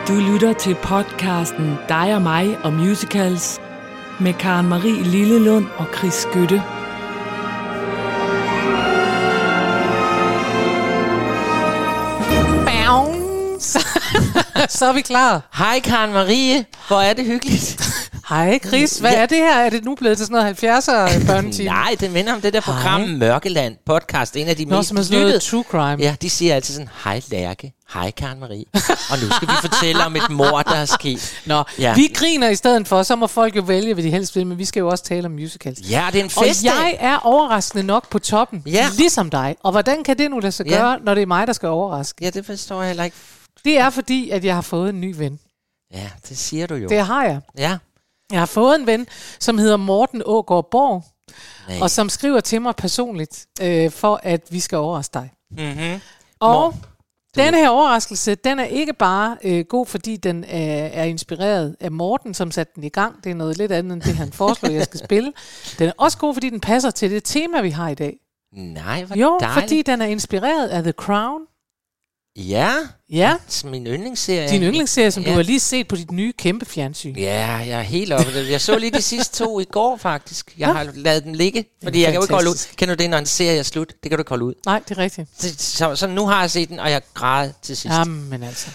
Du lytter til podcasten Dig og mig og musicals med Karen Marie Lillelund og Chris Skytte. Så er vi klar. Hej Karen Marie, hvor er det hyggeligt. Hej Chris, hvad er det her? Er det nu blevet til sådan noget 70'er børnetime? Nej, det minder om det der program Mørkeland podcast, en af de mest lyttede. True crime. Ja, de siger altid sådan, hej Lærke, hej Karen Marie. Og nu skal vi fortælle om et mord, der er sket. Nå, ja. Vi griner i stedet for, så må folk jo vælge, hvad de helst vil, men vi skal jo også tale om musicals. Ja, det er en festdag. Og jeg er overraskende nok på toppen, ligesom dig. Og hvordan kan det nu lade sig gøre, når det er mig, der skal overraske? Ja, det forstår jeg heller ikke. Det er fordi, at jeg har fået en ny ven. Ja, det siger du jo. Det har jeg. Ja. Jeg har fået en ven, som hedder Morten Aagaard Borg, og som skriver til mig personligt, for at vi skal overraske dig. Mm-hmm. Og denne her overraskelse, den er ikke bare god, fordi den er inspireret af Morten, som satte den i gang. Det er noget lidt andet, end det han foreslår, jeg skal spille. Den er også god, fordi den passer til det tema, vi har i dag. Nej, hvor jo, dejligt. fordi den er inspireret af The Crown. Ja, min yndlingsserie. Din yndlingsserie, som du har lige set på dit nye kæmpe fjernsyn. Ja, jeg er helt oppe. Jeg så lige de sidste 2 i går, faktisk. Jeg har ladet dem ligge, fordi jeg kan jo ikke holde ud. Kender du det, når en serie er slut? Det kan du ikke holde ud. Nej, det er rigtigt. Så nu har jeg set den, og jeg græd til sidst. Jamen altså.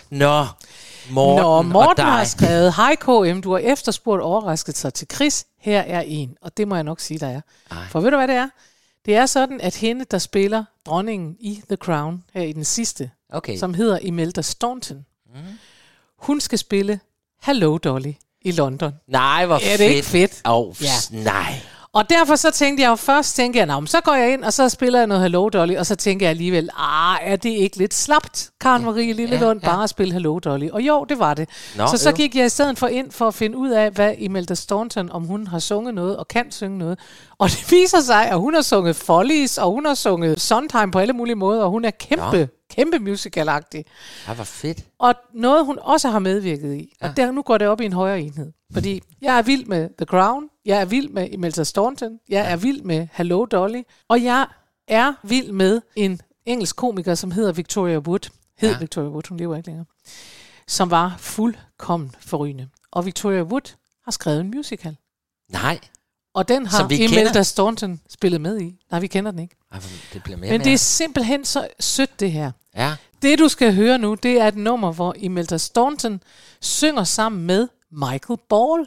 Morten har skrevet, hej KM, du har efterspurgt overraskelser til Chris. Her er en, og det må jeg nok sige, der er. For ved du, hvad det er? Det er sådan, at hende, der spiller dronningen i The Crown, her i den sidste, som hedder Imelda Staunton, hun skal spille Hello Dolly i London. Nej, hvor fedt. Er det ikke fedt? Nej. Og derfor så tænkte jeg jo først, så går jeg ind, og så spiller jeg noget Hello Dolly, og så tænker jeg alligevel, er det ikke lidt slapt, Karen Marie Lillelund, bare at spille Hello Dolly? Og jo, det var det. Så gik jeg i stedet for ind for at finde ud af, hvad Imelda Staunton, om hun har sunget noget, og kan synge noget. Og det viser sig, at hun har sunget Follies, og hun har sunget Sondheim på alle mulige måder, og hun er kæmpe musical-agtig. Det var fedt. Og noget, hun også har medvirket i. Og nu går det op i en højere enhed. Fordi jeg er vild med The Crown, jeg er vild med Imelda Staunton, jeg er vild med Hello Dolly, og jeg er vild med en engelsk komiker, som hedder Victoria Wood. Victoria Wood, hun lever ikke længere. Som var fuldkommen forrygende. Og Victoria Wood har skrevet en musical. Nej. Og den har Imelda Staunton spillet med i. Nej, vi kender den ikke. Det bliver Men det er simpelthen så sødt, det her. Ja. Det, du skal høre nu, det er et nummer, hvor Imelda Staunton synger sammen med Michael Ball.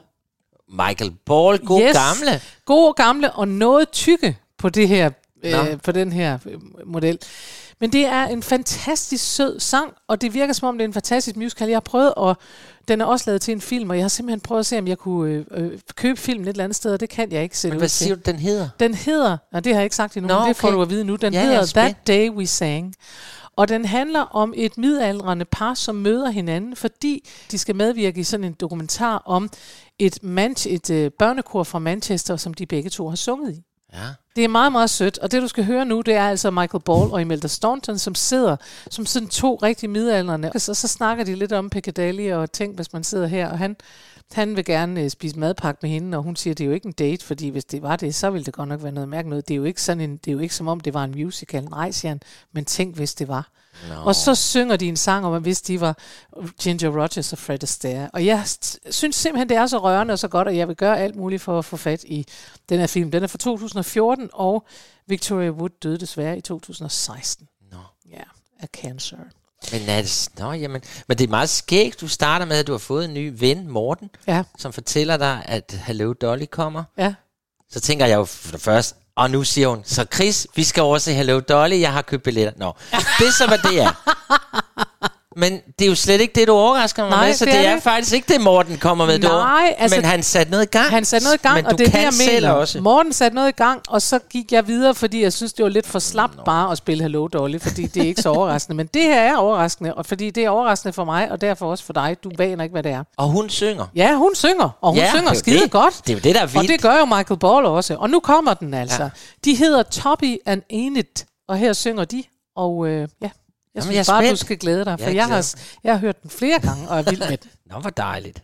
God gamle og noget tykke på det her, på den her model. Men det er en fantastisk sød sang, og det virker som om det er en fantastisk musical. Jeg har prøvet, og den er også lavet til en film, og jeg har simpelthen prøvet at se, om jeg kunne købe filmen et eller andet sted, og det kan jeg ikke. Men hvad siger du, den hedder? Den hedder, og det har jeg ikke sagt endnu, men det får du at vide nu, den hedder That Day We Sang. Og den handler om et midaldrende par, som møder hinanden, fordi de skal medvirke i sådan en dokumentar om et børnekor fra Manchester, som de begge to har sunget i. Ja. Det er meget, meget sødt, og det du skal høre nu, det er altså Michael Ball og Imelda Staunton, som sidder som sådan 2 rigtig midaldrende. Og så snakker de lidt om Piccadilly og ting, hvis man sidder her, og han vil gerne spise madpakke med hende, og hun siger, det er jo ikke en date, fordi hvis det var det, så ville det godt nok være noget mærkeligt noget. Det er jo ikke som om det var en musical. Nej, siger han, men tænk hvis det var. No. Og så synger de en sang om, at hvis de var Ginger Rogers og Fred Astaire. Og jeg synes simpelthen, det er så rørende og så godt, og jeg vil gøre alt muligt for at få fat i den her film. Den er fra 2014, og Victoria Wood døde desværre i 2016. Ja, af cancer. Men det er meget skægt. Du starter med, at du har fået en ny ven, Morten, som fortæller dig, at Hello Dolly kommer. Ja. Så tænker jeg jo for det første, og nu siger hun, så Chris, vi skal over se Hello Dolly, jeg har købt billetter. Det er så, hvad det er. Men det er jo slet ikke det, du overrasker mig med, så det er faktisk ikke det, Morten kommer med. Men han satte noget i gang. Men og det er det, jeg mener. Også. Morten satte noget i gang, og så gik jeg videre, fordi jeg synes, det var lidt for slapt bare at spille Hello Dolly, fordi det er ikke så overraskende. Men det her er overraskende, og fordi det er overraskende for mig, og derfor også for dig. Du aner ikke, hvad det er. Og hun synger. Ja, hun synger, og hun synger skide godt. Det er jo det, der er vildt. Og det gør jo Michael Ball også. Og nu kommer den altså. Ja. De hedder Toby and Enid, og her synger de, og jeg synes bare, du skal glæde dig, for jeg har hørt den flere gange, og er vild med den. Hvor dejligt.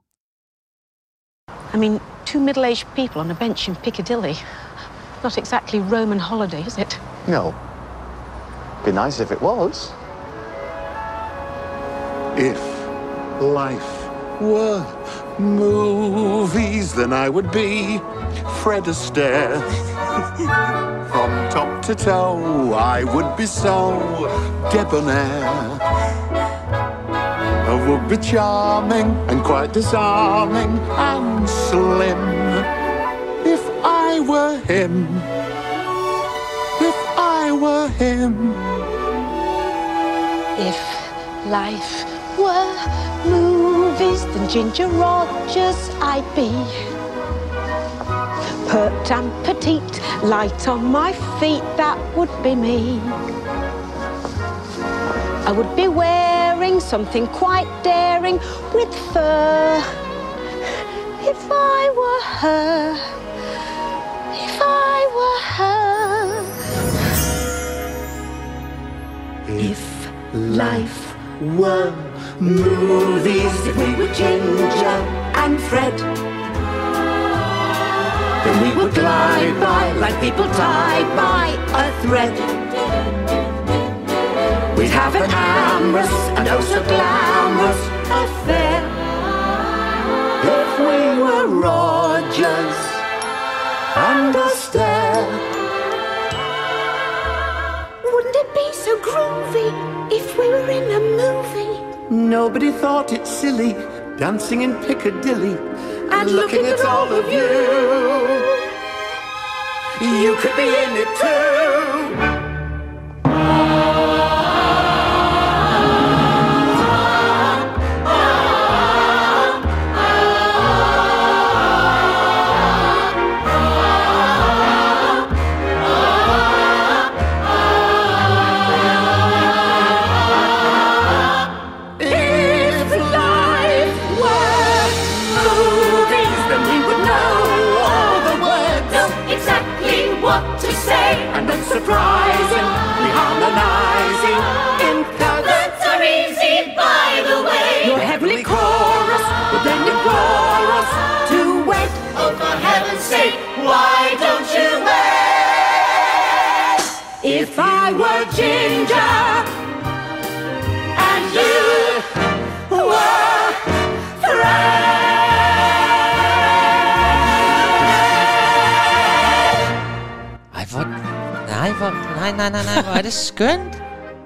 I mean, 2 middle-aged people on a bench in Piccadilly. Not exactly Roman holiday, is it? No. Be nice if it was. If life were movies, then I would be Fred Astaire. From top to toe, I would be so debonair. I would be charming and quite disarming and slim. If I were him, if I were him. If life were movies, then Ginger Rogers I'd be. Pert and petite, light on my feet, that would be me. I would be wearing something quite daring with fur. If I were her, if I were her. If life were movies, if we were Ginger and Fred, then we would glide by like people tied by a thread. We'd have an amorous and oh so glamorous affair. If we were Rogers and Astaire. Wouldn't it be so groovy if we were in a movie? Nobody thought it silly, dancing in Piccadilly and looking at all of you. You could be in it too. Surprising, we harmonizing in thousands are easy, by the way. Your heavenly chorus would then implore us to wed. Oh, for heaven's sake, why don't you wed? If I were Ginger and you were Fred. Nej, hvor er det skønt.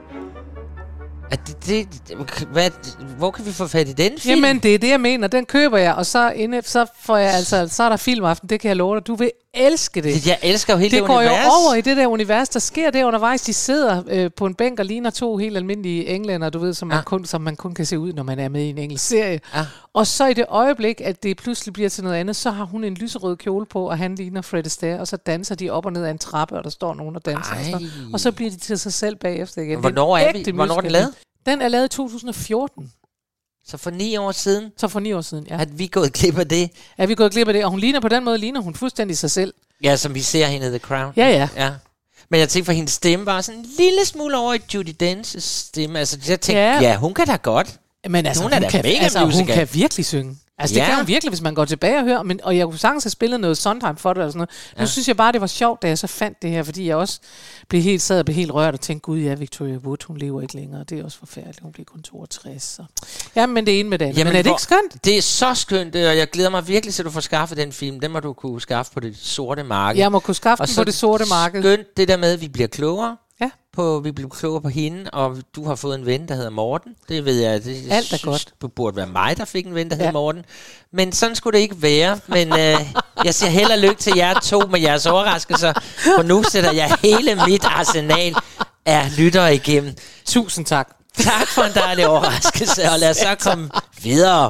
Hvor kan vi få fat i den film? Jamen, det er det, jeg mener. Den køber jeg, og så får jeg så er der filmaften. Det kan jeg love dig. Du vil elske det. Jeg elsker jo hele det univers. Det går jo over i det der univers, der sker det undervejs. De sidder på en bænk og ligner to helt almindelige englænder, du ved, som man kun kan se ud, når man er med i en engelsk serie. Og så i det øjeblik, at det pludselig bliver til noget andet, så har hun en lyserød kjole på, og han ligner Fred Astaire, og så danser de op og ned ad en trappe, og der står nogen og danser. Og så bliver de til sig selv bagefter igen. Hvornår er den lavet? Den er lavet i 2014. Så for 9 år siden? Så for 9 år siden, ja. At vi gået glip af det? Ja, vi er gået glip af det, og hun ligner på den måde, ligner hun fuldstændig sig selv. Ja, som vi ser hende i The Crown. Ja. Men jeg tænkte, for hendes stemme var sådan en lille smule over i Judi Dench's stemme. Altså, jeg tænkte, ja, hun kan da godt. Men altså, hun kan virkelig synge. Altså, det kan hun virkelig, hvis man går tilbage og hører. Og jeg kunne sagtens have spillet noget Sondheim for det eller sådan noget. Nu synes jeg bare, det var sjovt, da jeg så fandt det her, fordi jeg også blev helt rørt og tænkte, gud ja, Victoria Wood, hun lever ikke længere. Det er også forfærdeligt. Hun bliver kun 62. Så. Ja, men det er ene med det. Men er det ikke skønt? Det er så skønt, og jeg glæder mig virkelig til, at du får skaffet den film. Den må du kunne skaffe på det sorte marked. Jeg må kunne skaffe den på det sorte marked. Skønt det der med, at vi bliver klogere. Ja. Vi blev klogere på hende, og du har fået en ven, der hedder Morten. Det ved jeg. Alt er godt. Det burde være mig, der fik en ven, der hedder Morten. Men sådan skulle det ikke være. Men jeg siger held og lykke til jer to med jeres overraskelser. For nu sætter jeg hele mit arsenal af lyttere igennem. Tusind tak. Tak for en dejlig overraskelse, og lad os så komme videre.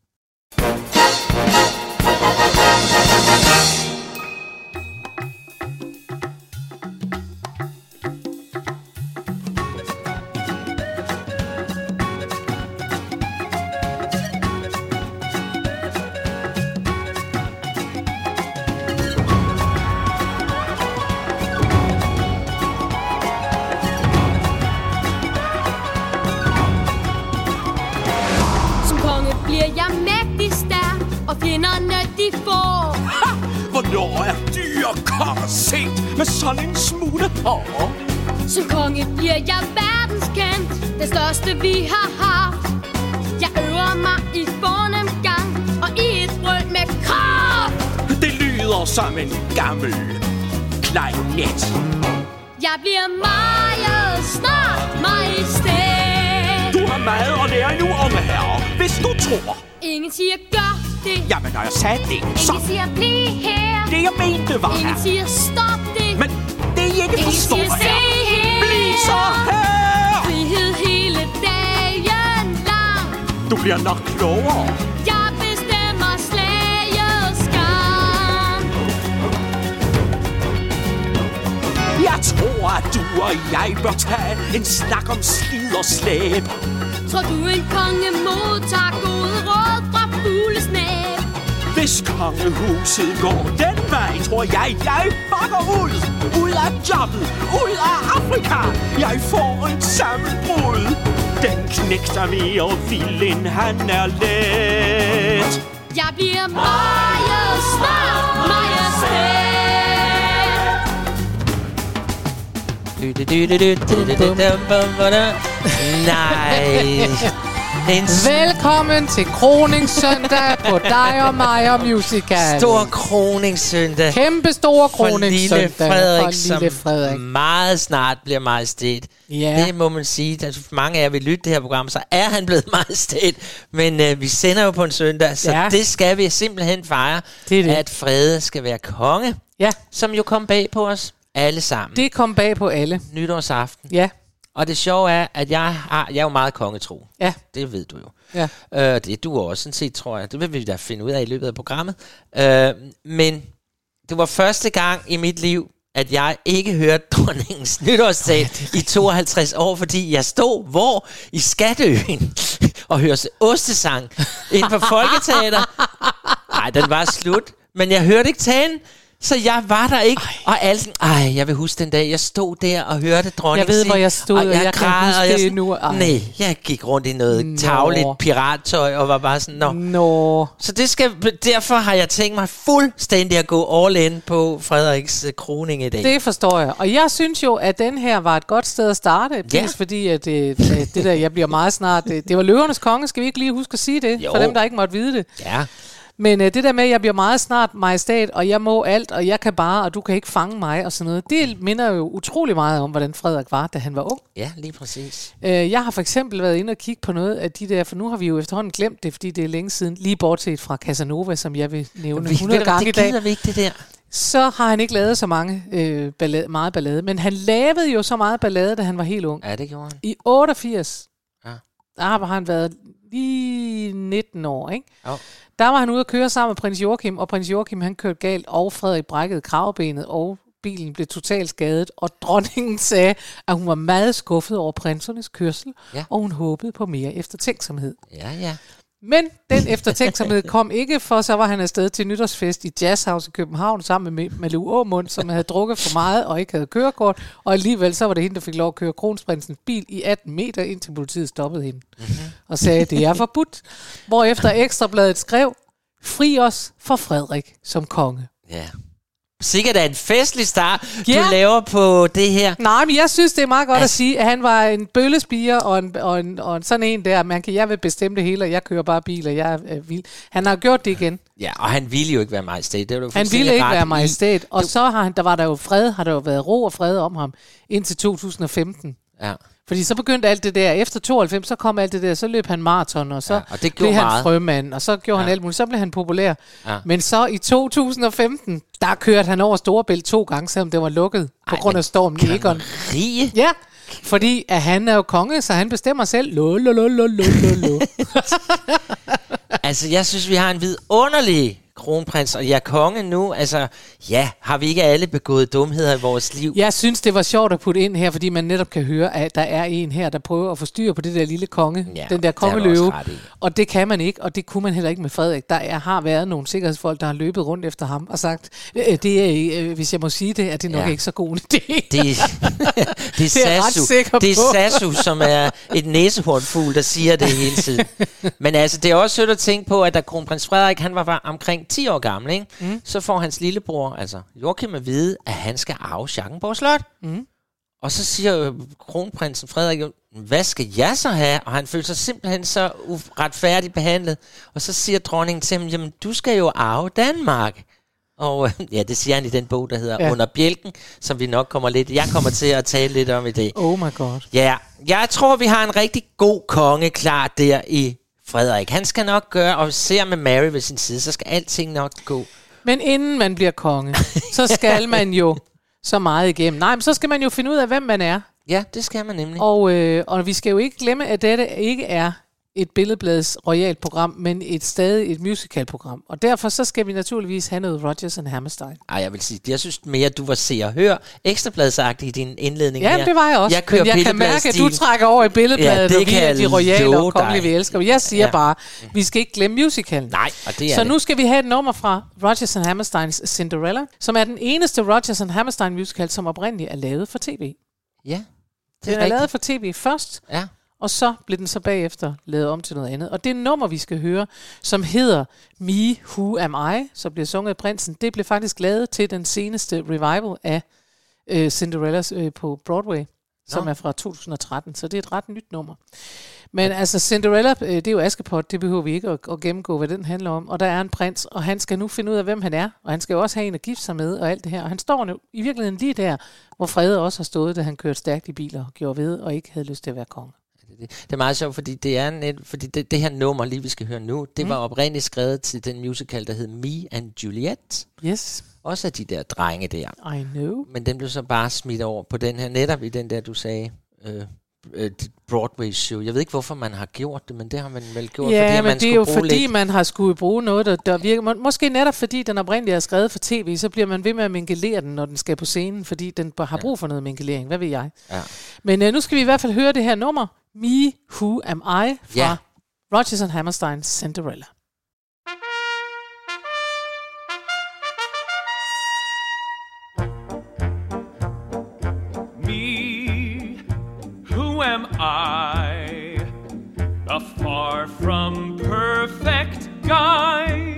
Hvornår er dyrekonger set med sådan en smule hår? Som konge bliver jeg verdenskendt, den største vi har haft. Jeg øver mig i fornem gang og i et brøl med kraft. Det lyder som en gammel klarinet. Jeg bliver meget snart majestæt. Du har meget at lære nu, unge herre, hvis du tror. Ingen siger gør det. Jamen, når jeg sagde det, så... Ingen siger bliv her. Det jeg mente var her. Ingen siger stop det. Men det I ikke forstår siger, her. Bliv så her. Frihed hele dagen lang. Du bliver nok klogere. Jeg bestemmer slagets gang. Jeg tror, at du og jeg bør tage en snak om slid og slæb. Tror du en konge modtager gode råd fra fuglesnæb? Hvis kongehuset går den vej, tror jeg bakker ud. Ud af jobbet, ud af Afrika. Jeg får en sammenbrud. Den knægter mere vild, end han er let. Jeg bliver meget snart majestæt. Nej. Velkommen til Kroningssøndag på Dig og mig og Musical. Stor kroningssøndag. Kæmpe stor kroningssøndag for lille Frederik, Frederik, som meget snart bliver majestæt. Ja. Det må man sige. Altså, mange af jer vil lytte det her program, så er han blevet majestæt. Men vi sender jo på en søndag, så det skal vi simpelthen fejre, at Frede skal være konge. Ja. Som jo kom bag på os alle sammen. Det kom bag på alle. Nytårsaften. Ja. Og det sjove er, at jeg er jo meget kongetro. Ja. Det ved du jo. Ja. Det er du også, sådan set, tror jeg. Det vil vi da finde ud af i løbet af programmet. Men det var første gang i mit liv, at jeg ikke hørte dronningens nytårstale i 52 år, fordi jeg stod i Skatteøen og hørte ostesang inde på Folketeater. Nej, den var slut. Men jeg hørte ikke talen. Så jeg var der ikke, og alle sådan, jeg vil huske den dag, jeg stod der og hørte dronningen. Jeg ved, hvor jeg stod, og jeg kan huske det nu. Nej, jeg gik rundt i noget tagligt pirattøj, og var bare sådan, nå. Så derfor har jeg tænkt mig fuldstændig at gå all in på Frederiks kroning i dag. Det forstår jeg, og jeg synes jo, at den her var et godt sted at starte, fordi at det der, jeg bliver meget snart, det var Løvernes Konge, skal vi ikke lige huske at sige det, for dem, der ikke måtte vide det. Ja. Men det der med, at jeg bliver meget snart majestæt, og jeg må alt, og jeg kan bare, og du kan ikke fange mig, og sådan noget, det minder jo utrolig meget om, hvordan Frederik var, da han var ung. Ja, lige præcis. Jeg har for eksempel været inde og kigge på noget af de der, for nu har vi jo efterhånden glemt det, fordi det er længe siden, lige bortset fra Casanova, som jeg vil nævne 100 gange i dag. Det gider vi ikke, det der. Så har han ikke lavet så mange meget ballade, men han lavede jo så meget ballade, da han var helt ung. Ja, det gjorde han. I 88, der har han været lige 19 år, ikke? Oh. Der var han ude at køre sammen med prins Joachim, og prins Joachim han kørte galt, og Frederik brækkede kravbenet, og bilen blev totalt skadet, og dronningen sagde, at hun var meget skuffet over prinsernes kørsel, og hun håbede på mere eftertænksomhed. Ja. Men den eftertænksomhed kom ikke, for så var han afsted til nytårsfest i Jazzhouse i København sammen med Malou Aamund, som havde drukket for meget og ikke havde kørekort, og alligevel så var det hende, der fik lov at køre kronsprinsens bil i 18 meter, indtil politiet stoppede hende og sagde, det er forbudt. Hvorefter Ekstrabladet skrev, fri os for Frederik som konge. Ja. Sikkert er en festlig start, du laver på det her. Nej, men jeg synes, det er meget godt at sige, at han var en bøllespiger og sådan en der, jeg vil bestemme det hele, og jeg kører bare bil, og jeg er vild. Han har gjort det igen. Ja, og han ville jo ikke være majestæt. Det var han ville ikke være majestæt, og så har der jo været ro og fred om ham indtil 2015. Ja. Fordi så begyndte alt det der, efter 92, så kom alt det der, så løb han maraton, og så blev han frømand, og så gjorde han alt muligt, så blev han populær. Ja. Men så i 2015, der kørte han over Storebælt 2 gange, selvom det var lukket, på grund af stormen Egon. Ja, fordi at han er jo konge, så han bestemmer selv. Altså, jeg synes, vi har en vidunderlig kronprins, og jeg er konge nu. Altså, har vi ikke alle begået dumheder i vores liv? Jeg synes, det var sjovt at putte ind her, fordi man netop kan høre, at der er en her, der prøver at få styr på det der lille konge, den der kongeløve. Og det kan man ikke, og det kunne man heller ikke med Frederik. Der har været nogle sikkerhedsfolk, der har løbet rundt efter ham og sagt, det er, hvis jeg må sige det, at det nok ikke så god en idé. Det er Sasu, som er et næsehornfugl, der siger det hele tiden. Men altså, det er også sødt at tænke på, at da kronprins Frederik, han var omkring 10 år gammel, ikke? Så får hans lillebror, altså Joachim, at vide, at han skal arve Schackenborg Slot. Og så siger kronprinsen Frederik, hvad skal jeg så have? Og han føler sig simpelthen så uretfærdigt behandlet. Og så siger dronningen til ham, jamen du skal jo arve Danmark. Og ja, det siger han i den bog, der hedder Under bjælken, som vi nok jeg kommer til at tale lidt om i dag. Oh my god. Ja, jeg tror, vi har en rigtig god konge klar der i Frederik. Han skal nok gøre, og ser med Mary ved sin side, så skal alting nok gå. Men inden man bliver konge, så skal man jo så meget igennem. Nej, men så skal man jo finde ud af, hvem man er. Ja, det skal man nemlig. Og vi skal jo ikke glemme, at dette ikke er et Billedbladets royalt program, men stadig et musicalprogram. Og derfor så skal vi naturligvis have noget Rodgers and Hammerstein. Jeg vil sige, jeg synes mere, at du var Se og Hør ekstrabladsagtig i din indledning. Ja, det var jeg også. Jeg kan mærke, at du trækker over i Billedbladet, og vi er de royale og kongelige, vi elsker. Jeg siger bare, vi skal ikke glemme musicalen. Nej, og det er så nu skal vi have et nummer fra Rodgers and Hammersteins Cinderella, som er den eneste Rodgers and Hammerstein musical, som oprindeligt er lavet for tv. Ja, den er lavet for tv først. Ja. Og så blev den så bagefter lavet om til noget andet. Og det nummer, vi skal høre, som hedder Me, Who Am I, som bliver sunget af prinsen, det blev faktisk lavet til den seneste revival af Cinderella på Broadway, som er fra 2013. Så det er et ret nyt nummer. Men altså Cinderella, det er jo Askepot, det behøver vi ikke at gennemgå, hvad den handler om. Og der er en prins, og han skal nu finde ud af, hvem han er. Og han skal jo også have en at gifte sig med, og alt det her. Og han står nu i virkeligheden lige der, hvor Frede også har stået, da han kørte stærkt i biler og gjorde ved, og ikke havde lyst til at være konge. Det er meget sjovt, fordi det her nummer, lige vi skal høre nu, det var oprindeligt skrevet til den musical, der hed Me and Juliet. Yes. Også af de der drenge der. I know. Men den blev så bare smidt over på den her, netop i den der, du sagde, Broadway show. Jeg ved ikke, hvorfor man har gjort det, men det har man vel gjort, fordi man det er jo fordi, man har skulle bruge noget, der virker. Måske netop fordi, den oprindeligt er skrevet for tv, så bliver man ved med at mingelere den, når den skal på scenen, fordi den har brug for noget mingelering. Hvad ved jeg? Ja. Men nu skal vi i hvert fald høre det her nummer, Me, Who Am I, fra Rodgers and Hammerstein Cinderella. Am I a far from perfect guy?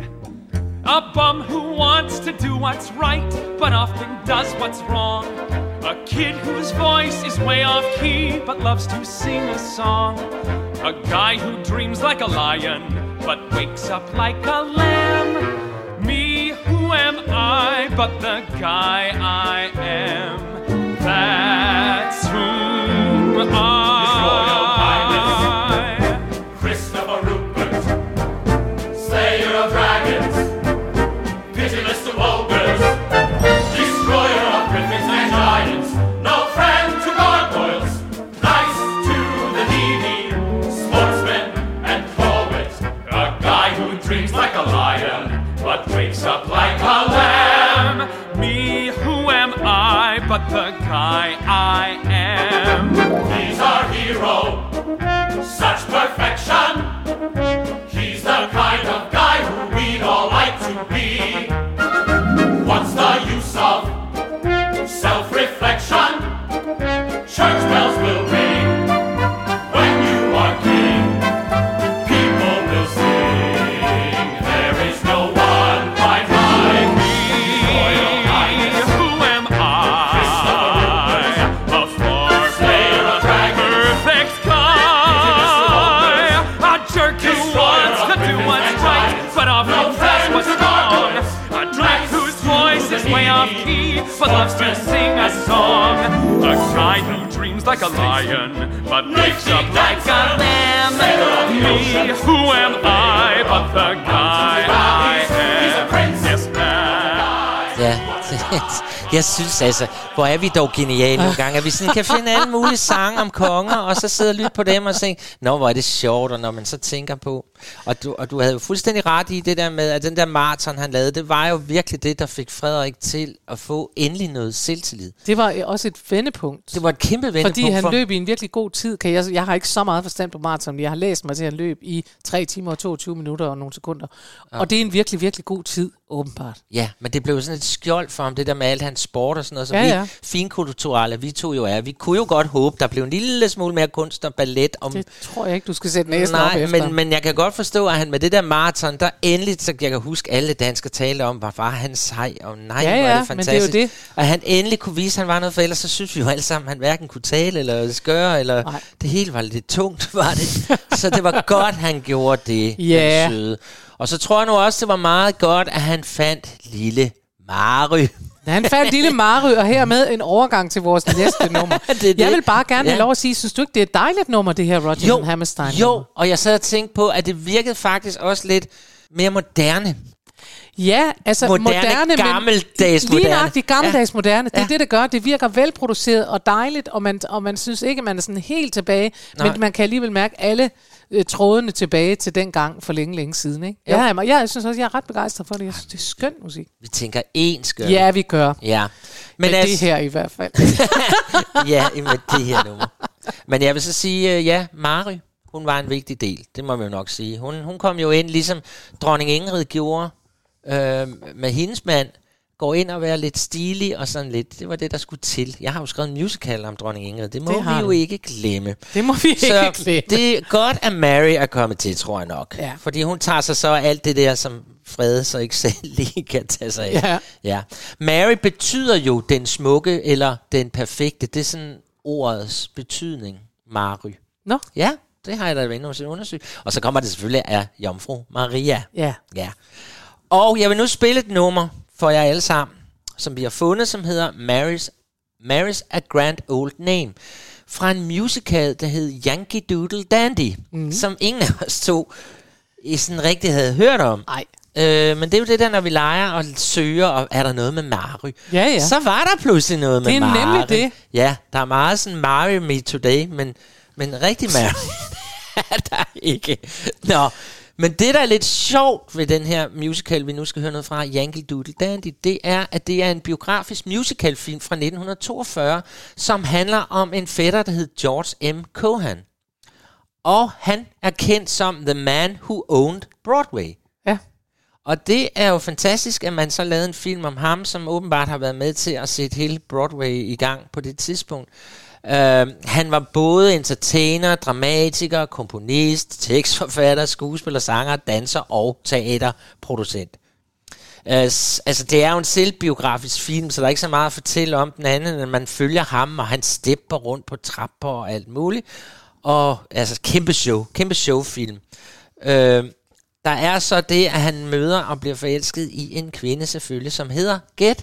A bum who wants to do what's right, but often does what's wrong. A kid whose voice is way off key, but loves to sing a song. A guy who dreams like a lion, but wakes up like a lamb. Me, who am I but the guy I am? That's who His Royal Highness Christopher Rupert, Slayer of Dragons, pitiless to ogres, destroyer of griffins and giants, no friend to gargoyles, nice to the needy, sportsman and poet, a guy who dreams like a lion, but wakes up like a lamb. Me, who am I but the guy I am? He's our hero, such perfection. He's the kind of guy who we'd all like to be. What's the use of self-reflection? Church bells will ring when you are king. People will sing, there is no one quite like me. Royal Highness, who am I? A far slayer of dragons, perfect guy. A jerk who wants to do what's right, but often does what's wrong. A drag whose voice is way off key, but loves to sing a song. A guy who dreams like a lion, but wakes up like a lamb. Me, who am I but the guy I am? Yes, man. Ja, jeg synes altså, hvor er vi dog geniale nogle gange, at vi sådan kan finde alle mulige sange om konger, og så sidde og lytte på dem og tænke, nå, hvor er det sjovt, og når man så tænker på, og du havde jo fuldstændig ret i det der med, at den der maraton, han lavede, det var jo virkelig det, der fik Frederik til at få endelig noget selvtillid. Det var også et vendepunkt. Det var et kæmpe vendepunkt. Fordi han løb i en virkelig god tid. Jeg har ikke så meget forstand på maraton, men jeg har læst mig til, at han løb i 3 timer og 22 minutter og nogle sekunder. Ja. Og det er en virkelig, virkelig god tid. Åbenbart. Ja, men det blev sådan et skjold for ham, det der med alt hans sport og sådan noget, så vi finkulturelle, vi to jo er. Vi kunne jo godt håbe, der blev en lille smule mere kunst og ballet. Det tror jeg ikke, du skal sætte næsen op efter. Men jeg kan godt forstå, at han med det der maraton, der endelig, så jeg kan huske, alle danskere talte om, hvor var han sej, og nej, hvor er det fantastisk. Men det er jo det. Og han endelig kunne vise, at han var noget, for ellers så synes vi jo alle sammen, at han hverken kunne tale eller skøre, eller det hele var lidt tungt, var det. Så det var godt, han gjorde det, den søde. Og så tror jeg nu også, det var meget godt, at han fandt lille Mary. Ja, han fandt lille Mary, og hermed en overgang til vores næste nummer. Jeg vil bare gerne have lov at sige, synes du ikke, det er et dejligt nummer, det her Roger Hammerstein? Jo, og jeg sad og tænkte på, at det virkede faktisk også lidt mere moderne. Ja, altså moderne gammeldags moderne. Lige nøjagtigt gammeldags moderne. Det er det gør. Det virker velproduceret og dejligt, og man synes ikke, man er sådan helt tilbage, men man kan alligevel mærke alle trådene tilbage til den gang for længe siden. Ikke? Jeg synes også, jeg er ret begejstret for det. Jeg synes, det er skøn musik. Vi tænker skøn. Ja, vi gør. Ja. Men det her i hvert fald. Ja, med det her nummer. Men jeg vil så sige, Mary, hun var en vigtig del. Det må vi jo nok sige. Hun kom jo ind, ligesom dronning Ingrid gjorde, med hendes mand, går ind og være lidt stilig og sådan lidt. Det var det, der skulle til. Jeg har jo skrevet en musical om dronning Ingrid. Det må vi jo ikke glemme. Det må vi ikke glemme. Det er godt, at Mary er kommet til, tror jeg nok. Ja. Fordi hun tager sig så alt det der, som Frede så ikke selv lige kan tage sig af. Ja. Mary betyder jo den smukke eller den perfekte. Det er sådan ordets betydning, Mary. Nå? Ja, det har jeg da været inde hos en undersøg. Og så kommer det selvfølgelig af Jomfru Maria. Ja. Og jeg vil nu spille et nummer for jer alle sammen, som vi har fundet, som hedder Mary's a Grand Old Name, fra en musical, der hed Yankee Doodle Dandy, som ingen af os to i sådan rigtig havde hørt om. Nej. Men det er jo det der, når vi leger og søger, og er der noget med Mary? Ja. Så var der pludselig noget med Mary. Det er nemlig det. Ja, der er meget sådan Marry Me Today, men rigtig Mary er der ikke. Nå. Men det, der er lidt sjovt ved den her musical, vi nu skal høre noget fra, Yankee Doodle Dandy, det er, at det er en biografisk musicalfilm fra 1942, som handler om en fætter, der hed George M. Cohan. Og han er kendt som The Man Who Owned Broadway. Ja. Og det er jo fantastisk, at man så lavede en film om ham, som åbenbart har været med til at sætte hele Broadway i gang på det tidspunkt. Han var både entertainer, dramatiker, komponist, tekstforfatter, skuespiller, sanger, danser og teaterproducent. Altså det er jo en selvbiografisk film, så der er ikke så meget at fortælle om den anden, end man følger ham, og han stepper rundt på trapper og alt muligt. Og altså kæmpe showfilm. Der er så det, at han møder og bliver forelsket i en kvinde selvfølgelig, som hedder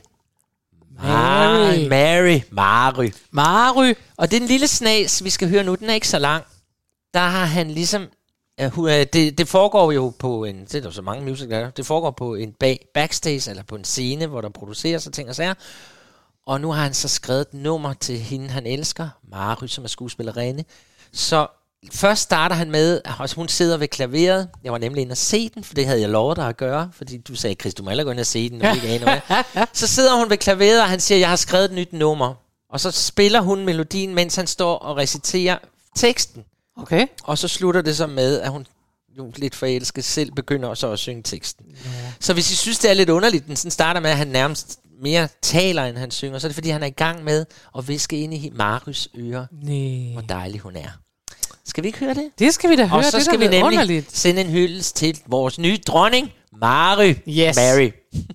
Mary. Og det er en lille snas, vi skal høre nu. Den er ikke så lang. Der har han ligesom... det foregår jo på en... Det er der så mange musicals. Det foregår på en backstage, eller på en scene, hvor der produceres og ting og sager. Og nu har han så skrevet et nummer til hende, han elsker. Mary, som er skuespillerinde. Så først starter han med, at hun sidder ved klaveret. Jeg var nemlig inde og se den, for det havde jeg lovet dig at gøre, fordi du sagde, Chris, du må aldrig gå ind og se den, og ikke aner hvad. Så sidder hun ved klaveret, og han siger, jeg har skrevet et nyt nummer. Og så spiller hun melodien, mens han står og reciterer teksten. Okay. Og så slutter det så med, at hun jo lidt forelsket selv begynder så at synge teksten. Så hvis I synes, det er lidt underligt, den sådan starter med, at han nærmest mere taler, end han synger, så er det fordi, han er i gang med at viske ind i Marys ører, hvor dejlig hun er. Skal vi ikke høre det? Det skal vi da høre. Og så skal vi nemlig sende en hyldest til vores nye dronning, Mary. Yes. Mary.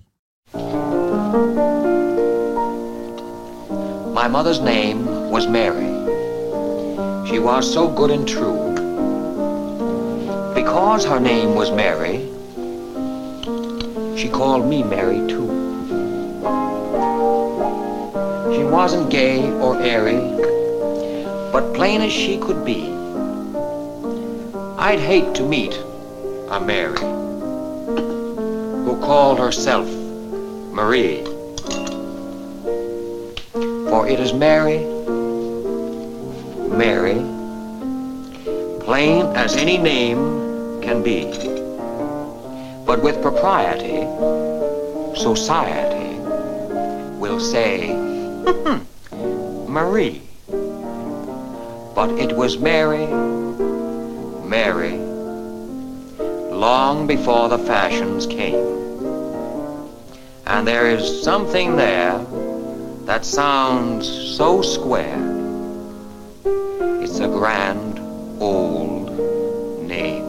My mother's name was Mary. She was so good and true. Because her name was Mary, she called me Mary too. She wasn't gay or airy, but plain as she could be. I'd hate to meet a Mary who called herself Marie. For it is Mary, Mary, plain as any name can be. But with propriety, society will say, Marie. But it was Mary, Mary, long before the fashions came. And there is something there that sounds so square. It's a grand old name.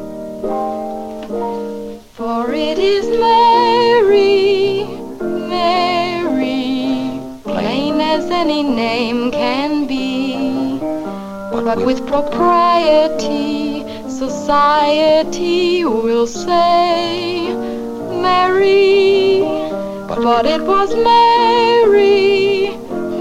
For it is Mary, Mary, plain as any name can be. But with propriety, society will say Mary. But it was Mary,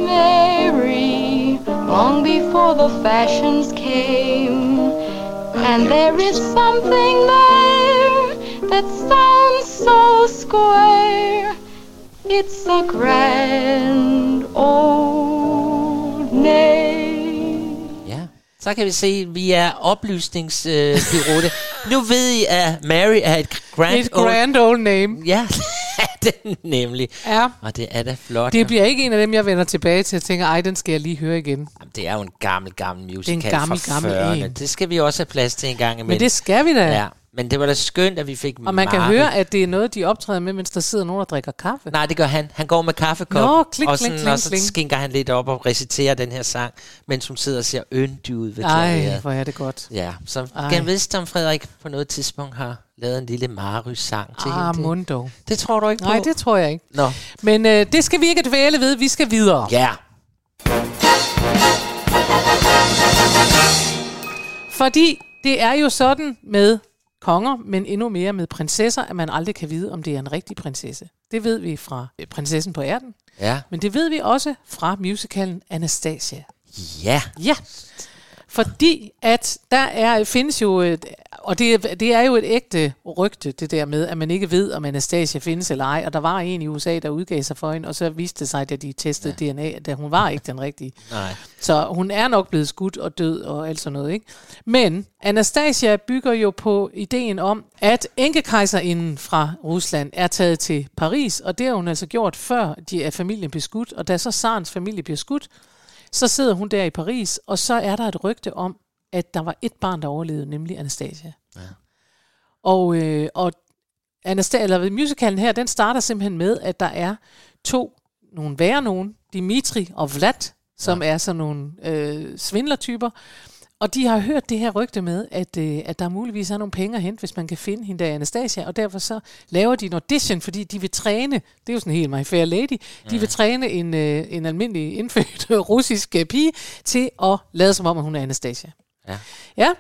Mary, long before the fashions came. And there is something there that sounds so square. It's a grand old name. Ja, så kan vi se, at vi er oplysningsbureauet. Nu ved I, at Mary er et grand old name. Ja, det er nemlig. Ja. Og det er da flot. Det bliver ikke en af dem, jeg vender tilbage til og tænker, ej, den skal jeg lige høre igen. Jamen, det er jo en gammel musical det er en fra 40'erne. En. Det skal vi også have plads til en gang imellem. Men det skal vi da. Ja. Men det var da skønt, at vi fik og man kan høre, at det er noget, de optræder med, mens der sidder nogen, der drikker kaffe. Nej, det gør han. Han går med kaffekop. Nå, klik, og, sådan, klik, klik, og så skænker han lidt op og reciterer den her sang, mens hun sidder og ser yndig ud ved klaveret. Ej, hvor er det godt. Ja, så kan vidste, om Frederik på noget tidspunkt har lavet en lille Marys-sang til hende. Mundo. Det tror du ikke på? Nej, det tror jeg ikke. Nå. Men det skal vi ikke dvæle ved. Vi skal videre. Ja. Fordi det er jo sådan med konger, men endnu mere med prinsesser, at man aldrig kan vide, om det er en rigtig prinsesse. Det ved vi fra Prinsessen på Ærten. Ja. Men det ved vi også fra musicalen Anastasia. Ja. Ja. Fordi at findes jo, og det er jo et ægte rygte, det der med, at man ikke ved, om Anastasia findes eller ej. Og der var en i USA, der udgav sig for hende, og så viste det sig, da de testede DNA, at hun var ikke den rigtige. Nej. Så hun er nok blevet skudt og død og alt sådan noget, ikke? Men Anastasia bygger jo på ideen om, at enkekejserinden fra Rusland er taget til Paris, og det har hun altså gjort, før familien blev skudt. Og da så Zarens familie bliver skudt, så sidder hun der i Paris, og så er der et rygte om, at der var et barn, der overlevede, nemlig Anastasia. Ja. Og musicalen her, den starter simpelthen med, at der er nogle værre nogen, Dimitri og Vlad, som er sådan nogle svindlertyper, og de har hørt det her rygte med, at der muligvis er nogle penge at hente, hvis man kan finde hende der Anastasia, og derfor så laver de en audition, fordi de vil træne, det er jo sådan helt My Fair Lady, de vil træne en almindelig indfødt russisk pige til at lade som om, at hun er Anastasia. Ja.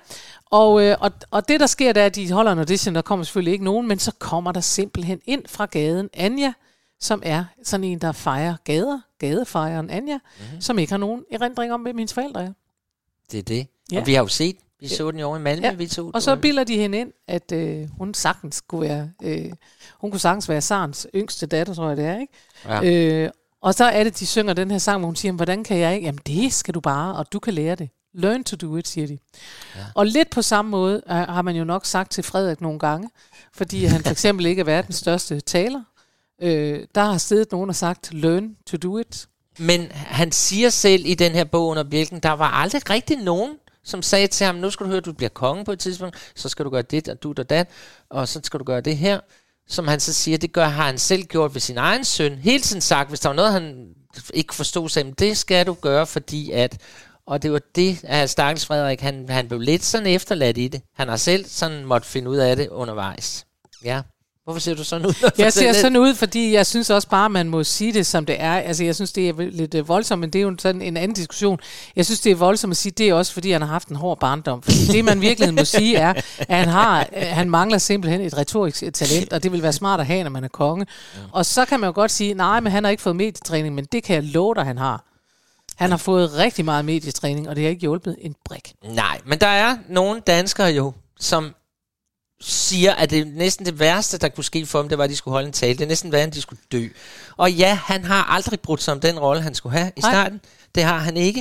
Og det der sker, der er, at de holder en audition, der kommer selvfølgelig ikke nogen, men så kommer der simpelthen ind fra gaden Anja, som er sådan en, der fejrer gadefejren Anja, som ikke har nogen erindring om, hvem hendes forældre er. Det er det. Ja. Og vi har jo set, vi så den jo over i Malmø, vi to. Og så bilder de hende ind, at hun sagtens kunne være, hun kunne sagtens være Zarens yngste datter, tror jeg det er, ikke? Ja. Og så er det, de synger den her sang, hvor hun siger, hvordan kan jeg ikke? Jamen det skal du bare, og du kan lære det. Learn to do it, siger de. Ja. Og lidt på samme måde har man jo nok sagt til Frederik nogle gange, fordi han for eksempel ikke er verdens største taler. Der har siddet nogen og sagt, learn to do it. Men han siger selv i den her bog under bjælken, der var aldrig rigtig nogen, som sagde til ham, nu skal du høre, du bliver konge på et tidspunkt, så skal du gøre det, og du og dat, og så skal du gøre det her. Som han så siger, har han selv gjort ved sin egen søn. Hele tiden sagt, hvis der var noget, han ikke forstod, så det skal du gøre, fordi at... Og det var det, at stakkels Frederik, han blev lidt sådan efterladt i det. Han har selv sådan måtte finde ud af det undervejs. Ja. Hvorfor ser du sådan ud? Jeg ser sådan ud, fordi jeg synes også bare, man må sige det, som det er. Altså, jeg synes, det er lidt voldsomt, men det er jo sådan en anden diskussion. Jeg synes, det er voldsomt at sige, det er også, fordi han har haft en hård barndom. Fordi det, man virkelig må sige, er, at han mangler simpelthen et retorisk talent, og det vil være smart at have, når man er konge. Ja. Og så kan man jo godt sige, nej, men han har ikke fået medietræning, men det kan jeg love dig, han har. Han har fået rigtig meget medietræning, og det har ikke hjulpet en brik. Nej, men der er nogle danskere jo, som siger, at det næsten det værste, der kunne ske for dem, det var, at de skulle holde en tale. Det er næsten værre, end de skulle dø. Og ja, han har aldrig brudt sig om den rolle, han skulle have i starten. Det har han ikke.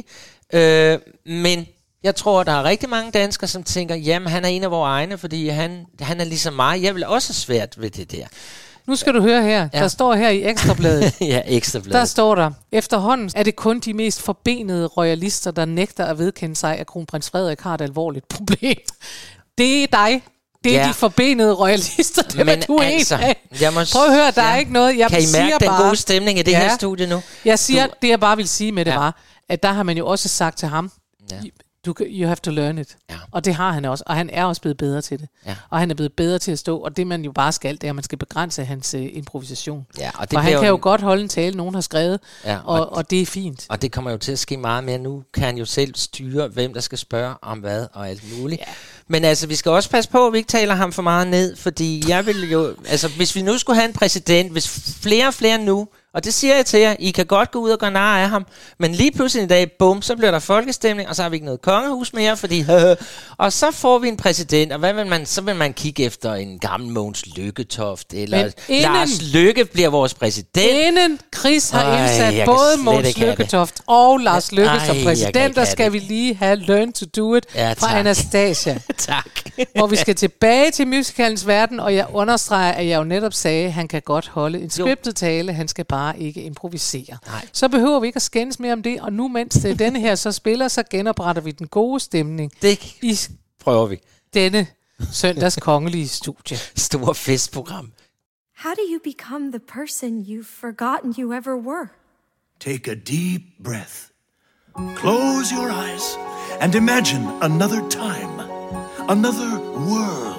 Men jeg tror, der er rigtig mange danskere, som tænker, jamen, han er en af vores egne, fordi han er ligesom mig. Jeg vil også svært ved det der. Nu skal du høre her. Ja. Der står her i Ekstrabladet. Ja, Ekstrabladet. Der står der, efterhånden er det kun de mest forbenede royalister, der nægter at vedkende sig, at kronprins Frederik har et alvorligt problem. Det er dig. Det er de forbenede royalister, det er du altså, en af. Prøv at høre, der er ikke noget, jeg kan I mærke siger den bare, gode stemning i det her studie nu? Jeg siger, det jeg bare vil sige med det var, at der har man jo også sagt til ham, you have to learn it. Ja. Og det har han også, og han er også blevet bedre til det. Ja. Og han er blevet bedre til at stå, og det man jo bare skal, det er, at man skal begrænse hans improvisation. Ja, og det han kan jo godt holde en tale, nogen har skrevet, og det er fint. Og det kommer jo til at ske meget mere. Nu kan han jo selv styre, hvem der skal spørge om hvad og alt muligt. Ja. Men altså, vi skal også passe på, at vi ikke taler ham for meget ned, fordi jeg vil jo, altså hvis vi nu skulle have en præsident, hvis flere og flere nu, og det siger jeg til jer, I kan godt gå ud og gøre nar af ham, men lige pludselig en dag, bum, så bliver der folkestemning, og så har vi ikke noget kongehus mere, fordi og så får vi en præsident, og hvad vil man, så vil man kigge efter en gammel Mogens Lykketoft, eller Lars Løkke bliver vores præsident. Inden Chris har indsat både Mogens Lykketoft og Lars Løkke som præsident, der skal vi lige have Learn to Do It fra Anastasia. Tak. Hvor vi skal tilbage til musicalens verden, og jeg understreger, at jeg jo netop sagde, at han kan godt holde en scriptet tale, han skal bare ikke improvisere. Nej. Så behøver vi ikke at skændes mere om det, og nu mens denne her så spiller, så genopretter vi den gode stemning. Det prøver vi. Denne søndags kongelige studie. Store festprogram. How do you become the person you've forgotten you ever were? Take a deep breath. Close your eyes and imagine another time, another world.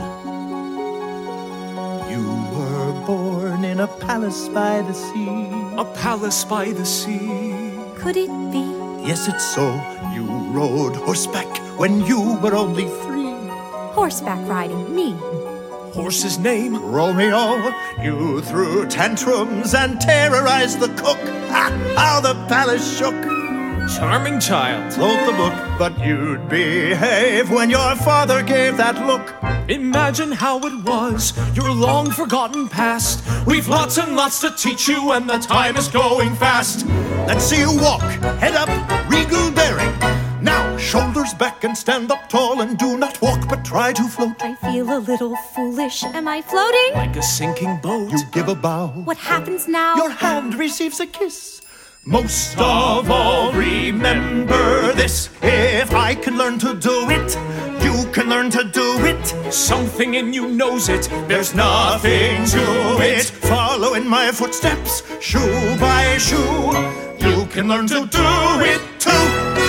You were born in a palace by the sea. A palace by the sea. Could it be? Yes, it's so. You rode horseback when you were only 3. Horseback riding, me. Horse's name? Romeo. You threw tantrums and terrorized the cook. How the palace shook. Charming child. Wrote the book, but you'd behave when your father gave that look. Imagine how it was, your long forgotten past. We've lots and lots to teach you, and the time is going fast. Let's see you walk, head up, regal bearing. Now, shoulders back and stand up tall, and do not walk, but try to float. I feel a little foolish. Am I floating? Like a sinking boat. You give a bow. What happens now? Your hand receives a kiss. Most of all, remember this. If I can learn to do it, you can learn to do it. Something in you knows it. There's nothing to it. Follow in my footsteps, shoe by shoe. You can learn to do it too.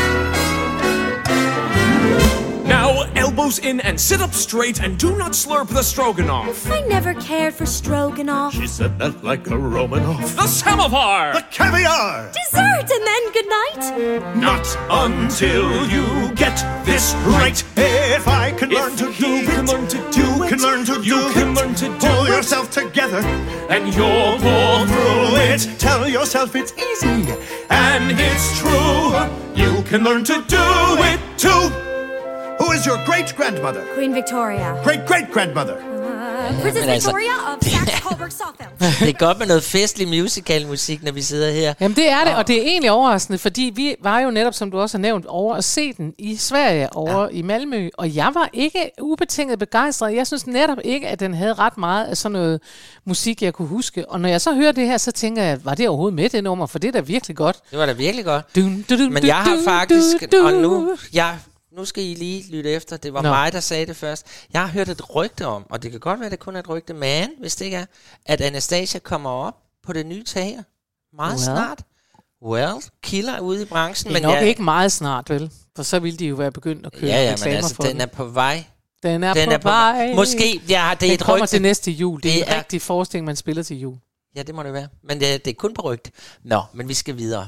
Now elbows in and sit up straight, and do not slurp the stroganoff. I never cared for stroganoff. She said that like a Romanoff. The samovar! The caviar! Dessert and then goodnight. Not until you get this right. If I can learn to do it, you can learn to do it. Pull yourself together, and you'll pull through it. Tell yourself it's easy, and it's true. You can learn to do it too. Who is your great-grandmother? Queen Victoria. Great-great-grandmother? Princess Victoria of Saxe-Coburg-Saalfeld. Det er godt med noget festlig musical-musik, når vi sidder her. Jamen det er det, og det er egentlig overraskende, fordi vi var jo netop, som du også har nævnt, over at se den i Sverige, over i Malmø, og jeg var ikke ubetinget begejstret. Jeg synes netop ikke, at den havde ret meget af sådan noget musik, jeg kunne huske. Og når jeg så hører det her, så tænker jeg, var det overhovedet med det nummer? For det er da virkelig godt. Det var da virkelig godt. Men jeg har faktisk, og nu skal I lige lytte efter. Det var mig, der sagde det først. Jeg har hørt et rygte om, og det kan godt være, det kun er et rygte, men hvis det ikke er, at Anastasia kommer op på det nye teater meget snart. Killer ude i branchen. Det er nok ikke meget snart, vel? For så ville de jo være begyndt at køre reklamer altså, for den er på vej. Den er på vej. Måske, det er et rygte. Den kommer til næste jul. Det er en rigtig forestilling, man spiller til jul. Ja, det må det være. Men det er kun på rygte. Nå, men vi skal videre.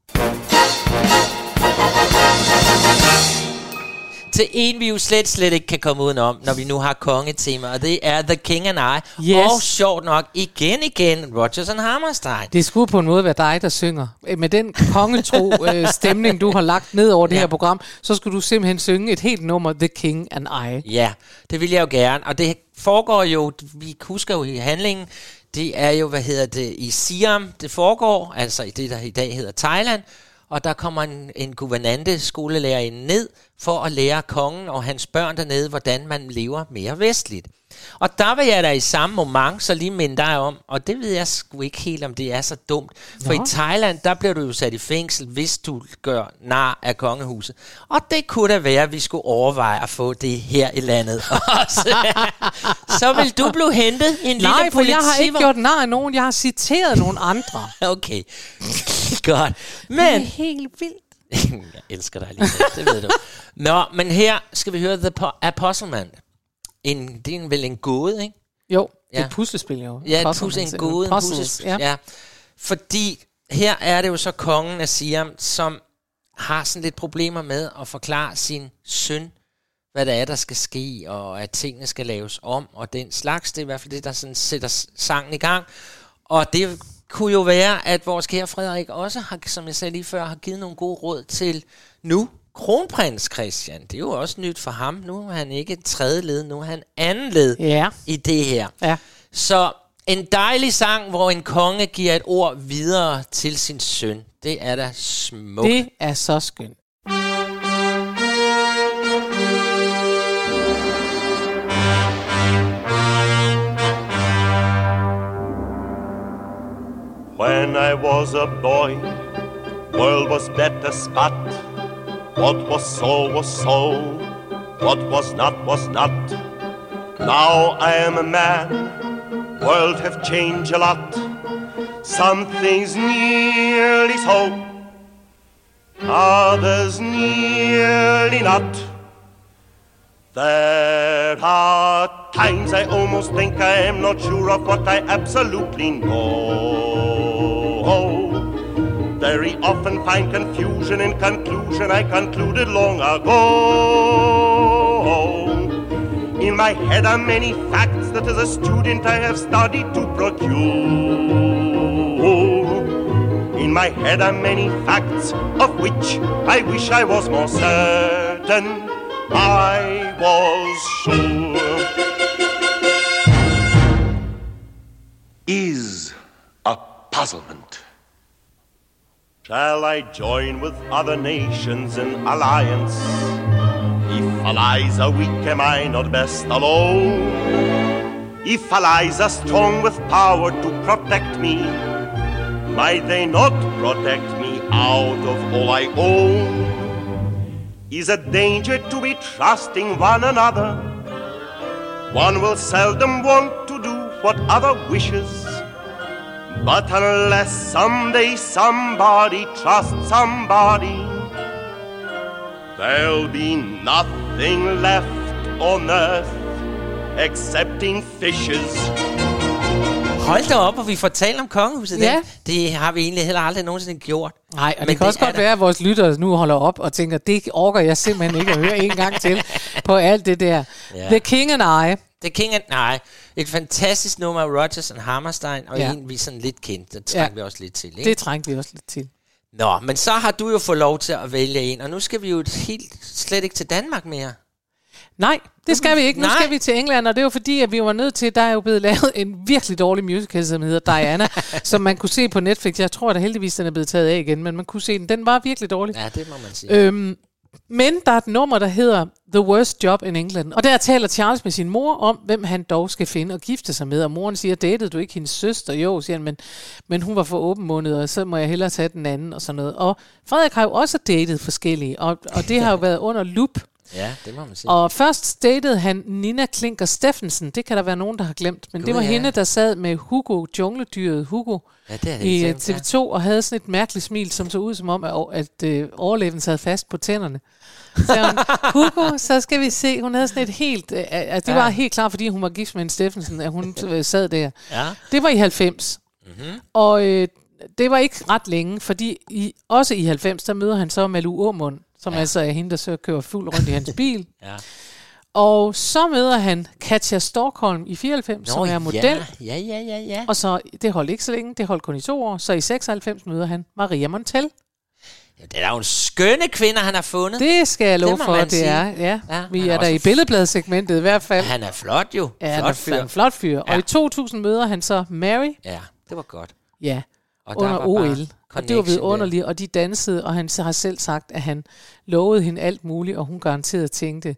Til en, vi jo slet ikke kan komme udenom, når vi nu har kongetema, og det er The King and I. Yes. Og sjovt nok, igen, Rodgers and Hammerstein. Det skulle på en måde være dig, der synger. Med den kongetro stemning, du har lagt ned over det her program, så skulle du simpelthen synge et helt nummer, The King and I. Ja, det vil jeg jo gerne, og det foregår jo, vi husker jo i handlingen, det er jo, i Siam, det foregår, altså i det, der i dag hedder Thailand, og der kommer en guvernante skolelærer ned for at lære kongen og hans børn dernede, hvordan man lever mere vestligt. Og der var jeg da i samme moment, så lige minde dig om, og det ved jeg sgu ikke helt, om det er så dumt. For i Thailand, der bliver du jo sat i fængsel, hvis du gør nar af kongehuset. Og det kunne da være, at vi skulle overveje at få det her i landet også. Så vil du blive hentet en lille Nej, for jeg har ikke gjort nar af nogen. Jeg har citeret nogle andre. Okay, godt. Men det er helt vildt. Jeg elsker dig lige det ved du. Nå, men her skal vi høre The Apostlemand. Det er vel en gåde, ikke? Jo, det er et puslespil jo. Ja, en gåde. Puzzles, ja. Fordi her er det jo så kongen af Siam, som har sådan lidt problemer med at forklare sin søn, hvad der er, der skal ske, og at tingene skal laves om, og den slags. Det er i hvert fald det, der sådan sætter sangen i gang. Og det kunne jo være, at vores kære Frederik også har, som jeg sagde lige før, har givet nogle gode råd til nu kronprins Christian. Det er jo også nyt for ham. Nu er han ikke tredje led, nu er han anden led i det her. Ja. Så en dejlig sang, hvor en konge giver et ord videre til sin søn. Det er da smukt. Det er så skønt. When I was a boy, world was better spot. What was so was so, what was not. Now I am a man, world have changed a lot. Some things nearly so, others nearly not. There are times I almost think I am not sure of what I absolutely know. Very often find confusion in conclusion I concluded long ago. In my head are many facts that as a student I have studied to procure. In my head are many facts of which I wish I was more certain. I was sure. Is a puzzlement. Shall I join with other nations in alliance? If allies are weak, am I not best alone? If allies are strong with power to protect me, might they not protect me out of all I own? Is a danger to be trusting one another. One will seldom want to do what other wishes. But unless someday somebody trusts somebody, there'll be nothing left on earth excepting fishes. Hold da op, og vi får talt om kongehuset. Ja. Det har vi egentlig heller aldrig nogensinde gjort. Nej, og det kan også godt være, at vores lyttere nu holder op og tænker, det orker jeg simpelthen ikke at høre en gang til på alt det der. Ja. The King and I. The King and I. Et fantastisk nummer af Rodgers and Hammerstein, og en vi sådan lidt kendt. Det trængte vi også lidt til, ikke? Det trængte vi også lidt til. Nå, men så har du jo fået lov til at vælge en, og nu skal vi jo slet ikke til Danmark mere. Nej, det skal vi ikke. Nu skal vi til England, og det er jo fordi, at vi var nødt til, der er jo blevet lavet en virkelig dårlig musical, som hedder Diana, som man kunne se på Netflix. Jeg tror, at heldigvis den er blevet taget af igen, men man kunne se den. Den var virkelig dårlig. Ja, det må man sige. Men der er et nummer, der hedder The Worst Job in England. Og der taler Charles med sin mor om, hvem han dog skal finde og gifte sig med. Og moren siger, datede du ikke hendes søster? Jo, siger han, men hun var for åbenmundet, og så må jeg hellere tage den anden og sådan noget. Og Frederik har jo også datet forskellige, og det har jo været under lup. Ja, det må man sige. Og først datede han Nina Klinker Steffensen. Det kan der være nogen, der har glemt. Men det var hende, der sad med Hugo, jungledyret Hugo, i TV2, og havde sådan et mærkeligt smil, som så ud som om, at overleven sad fast på tænderne. Så hun, Hugo, så skal vi se. Hun havde sådan et helt... det var helt klart, fordi hun var gift med en Steffensen, at hun sad der. Ja. Det var i 90. Mm-hmm. Og det var ikke ret længe, fordi også i 90, der møder han så Malou Aamund, som altså er hende, der så kører fuld rundt i hans bil. Ja. Og så møder han Katja Storkholm i 94, som er model. Ja. Og så, det holdt ikke så længe, det holdt kun i 2 år. Så i 96 møder han Maria Montel. Ja, det er jo en skønne kvinde, han har fundet. Det skal jeg love for, det er. Ja. Vi er der i billedbladsegmentet i hvert fald. Han er flot jo. Ja, flot fyr. Flot fyr. Ja. Og i 2000 møder han så Mary. Ja, det var godt. Ja, og under OL. Og det var vidunderligt, og de dansede, og han har selv sagt, at han lovede hende alt muligt, og hun garanteret tænkte,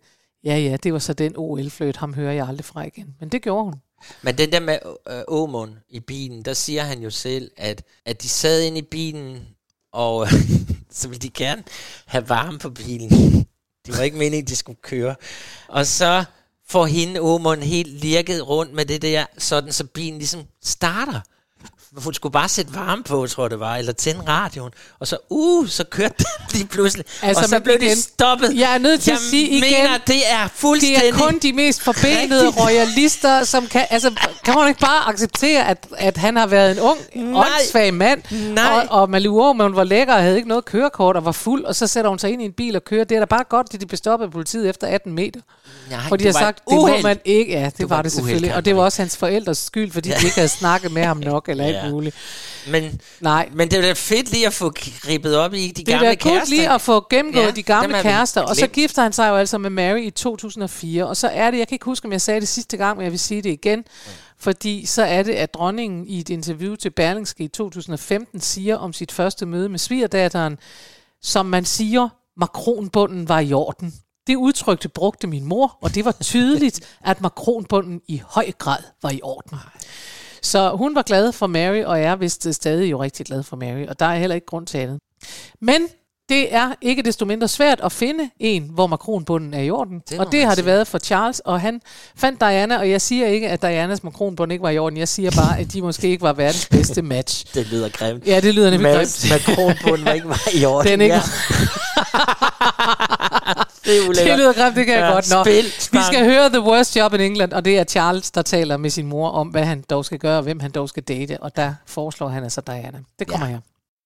Ja, det var så den OL-fløjt, ham hører jeg aldrig fra igen. Men det gjorde hun. Men den der med Åmund i bilen, der siger han jo selv, at de sad inde i bilen, og så ville de gerne have varme på bilen. Det var ikke meningen, de skulle køre. Og så får hende Åmund helt lirket rundt med det der, sådan så bilen ligesom starter. Hun skulle bare sætte varme på, tror jeg det var, eller tænde radioen, og så så kørte den lige pludselig, altså, og så blev det stoppet. Jeg er nødt til at sige igen, mener, det er fuldstændig... Det er kun de mest forbindede royalister, som kan... Altså, kan man ikke bare acceptere, at han har været en ung, åndssvag mand, og Malou Åmund var lækker og havde ikke noget kørekort og var fuld, og så sætter hun sig ind i en bil og kører. Det er da bare godt, at de blev stoppet af politiet efter 18 meter. Nej, for de har sagt, det må man ikke. Ja, det var det selvfølgelig. Og det var også hans forældres skyld, fordi de ikke havde snakket med ham nok, eller ikke muligt. Men det er da fedt lige at få gribet op i de gamle kærester. Det er da godt lige at få gennemgået de gamle kærester. Og så gifter han sig jo altså med Mary i 2004. Og så er det, jeg kan ikke huske, om jeg sagde det sidste gang, men jeg vil sige det igen. Fordi så er det, at dronningen i et interview til Berlingske i 2015 siger om sit første møde med svigerdatteren, som man siger, makronbunden var i orden. Det udtrykte brugte min mor, og det var tydeligt, at makronbunden i høj grad var i orden. Så hun var glad for Mary, og er vist stadig jo rigtig glad for Mary, og der er heller ikke grund til andet. Men det er ikke desto mindre svært at finde en, hvor makronbunden er i orden. Det har det været for Charles, og han fandt Diana, og jeg siger ikke, at Dianas makronbund ikke var i orden. Jeg siger bare, at de måske ikke var verdens bedste match. Det lyder grimt. Ja, det lyder nemlig grimt. Makronbunden ikke var i orden. Den ikke. Det lyder grimt, det kan jeg godt. Nå, vi skal høre The Worst Job in England, og det er Charles, der taler med sin mor om, hvad han dog skal gøre, og hvem han dog skal date, og der foreslår han altså Diana. Det kommer her.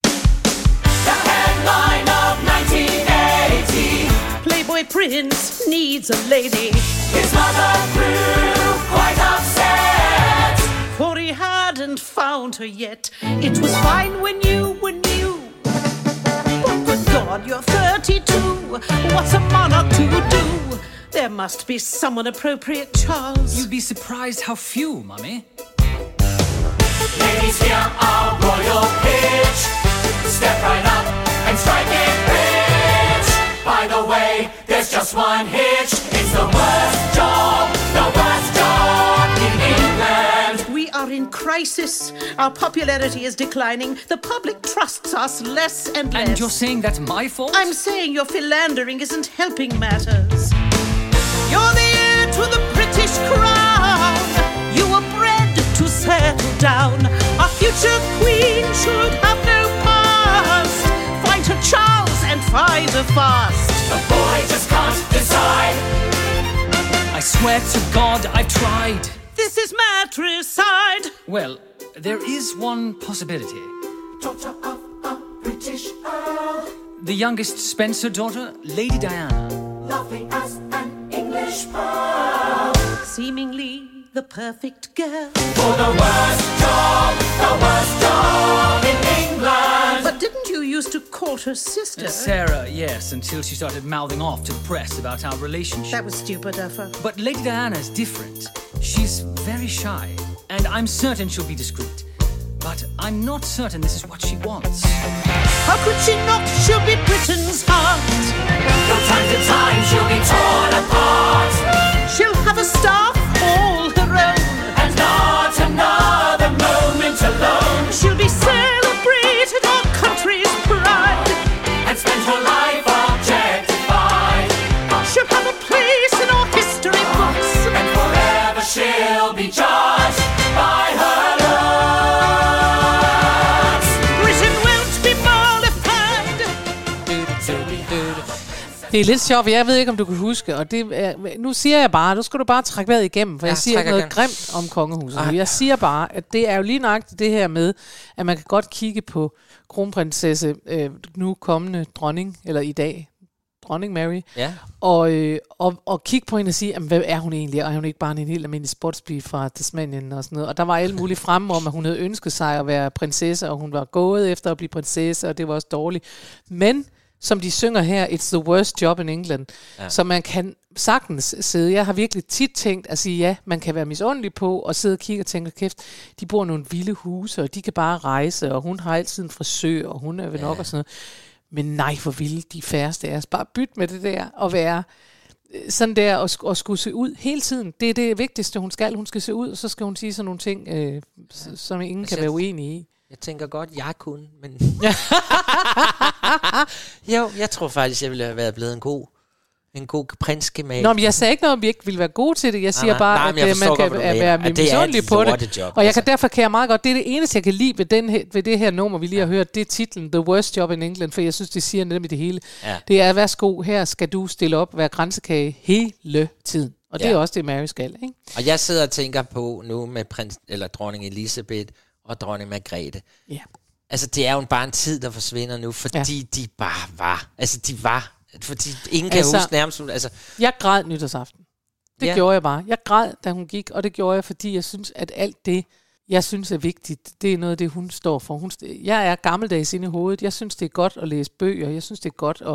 Headline of 1980. Playboy Prince needs a lady. His mother grew quite upset, for he hadn't found her yet. It was fine when you were new, but good God, you're 32. What's a monarch to do? There must be someone appropriate, Charles. You'd be surprised how few, Mummy. Ladies, here our royal pitch. Step right up and strike it rich. By the way, there's just one hitch. It's the worst job in England. We are in crisis. Our popularity is declining. The public trusts us less and less. And you're saying that's my fault? I'm saying your philandering isn't helping matters. You're the heir to the British crown. You were bred to settle down. Our future queen should have no past. Find her Charles and find her fast. The boy just can't decide. I swear to God I've tried. This is matricide. Well, there is one possibility. Daughter of a British Earl. The youngest Spencer daughter, Lady Diana. Lovely as an English pearl. Seemingly the perfect girl. For the worst job in England. But didn't you used to court her sister? Sarah, yes, until she started mouthing off to the press about our relationship. That was stupid of her. But Lady Diana's different. She's very shy, and I'm certain she'll be discreet. But I'm not certain this is what she wants. How could she not? She'll be Britain's heart. From time to time she'll be torn apart. She'll have a staff all her own, and not another moment alone. She'll be celebrated, our country's pride, and spend her life objectified. She'll have a place in our history books, and forever she'll be judged by her looks. Britain won't be mollified. Det er lidt sjovt, jeg ved ikke, om du kan huske, og det er, nu siger jeg bare, nu skal du bare trække vejret igennem, for jeg siger ikke noget grimt om kongehuset. Jeg siger bare, at det er jo lige nøjagtigt det her med, at man kan godt kigge på kronprinsesse, nu kommende dronning, eller i dag, dronning Mary, og kigge på hende og sige, jamen, hvad er hun egentlig, og er hun ikke bare en helt almindelig sportspige fra Tasmanien og sådan noget. Og der var alle mulige fremme om, at hun havde ønsket sig at være prinsesse, og hun var gået efter at blive prinsesse, og det var også dårligt. Men som de synger her, it's the worst job in England. Ja. Så man kan sagtens sidde. Jeg har virkelig tit tænkt at sige, ja, man kan være misundelig på, og sidde og kigge og tænke, kæft, de bor i nogle vilde huse, og de kan bare rejse, og hun har altid en frisør, og hun er vel nok og sådan noget. Men nej, hvor vilde de færreste er. Bare bytte med det der, og være sådan der at skulle se ud hele tiden. Det er det vigtigste, hun skal. Hun skal se ud, og så skal hun sige sådan nogle ting, som ingen kan være uenige i. Jeg tænker godt, jeg kunne, men... Jo, jeg tror faktisk, jeg ville have været blevet en god prinsgemal. Nå, men jeg sagde ikke noget, om vi ikke ville være gode til det. Jeg siger bare, at man kan være misundelig på det. Job, og derfor kan jeg meget godt... Det er det eneste, jeg kan lide ved det her nummer, vi lige har hørt. Det er titlen The Worst Job in England, for jeg synes, det siger nemlig det hele. Ja. Det er, værsgo, her skal du stille op, være kransekage hele tiden. Og det er også det, Mary skal, ikke? Og jeg sidder og tænker på nu med dronning Elisabeth og dronning Margrethe. Ja. Altså, det er jo bare en tid, der forsvinder nu, fordi de bare var. Altså, de var... Fordi ingen kan huske nærmest... Altså. Jeg græd nytårsaften. Det gjorde jeg bare. Jeg græd, da hun gik, og det gjorde jeg, fordi jeg synes, at alt det, jeg synes er vigtigt, det er noget af det, hun står for. Jeg er gammeldags inde i hovedet. Jeg synes, det er godt at læse bøger. Jeg synes, det er godt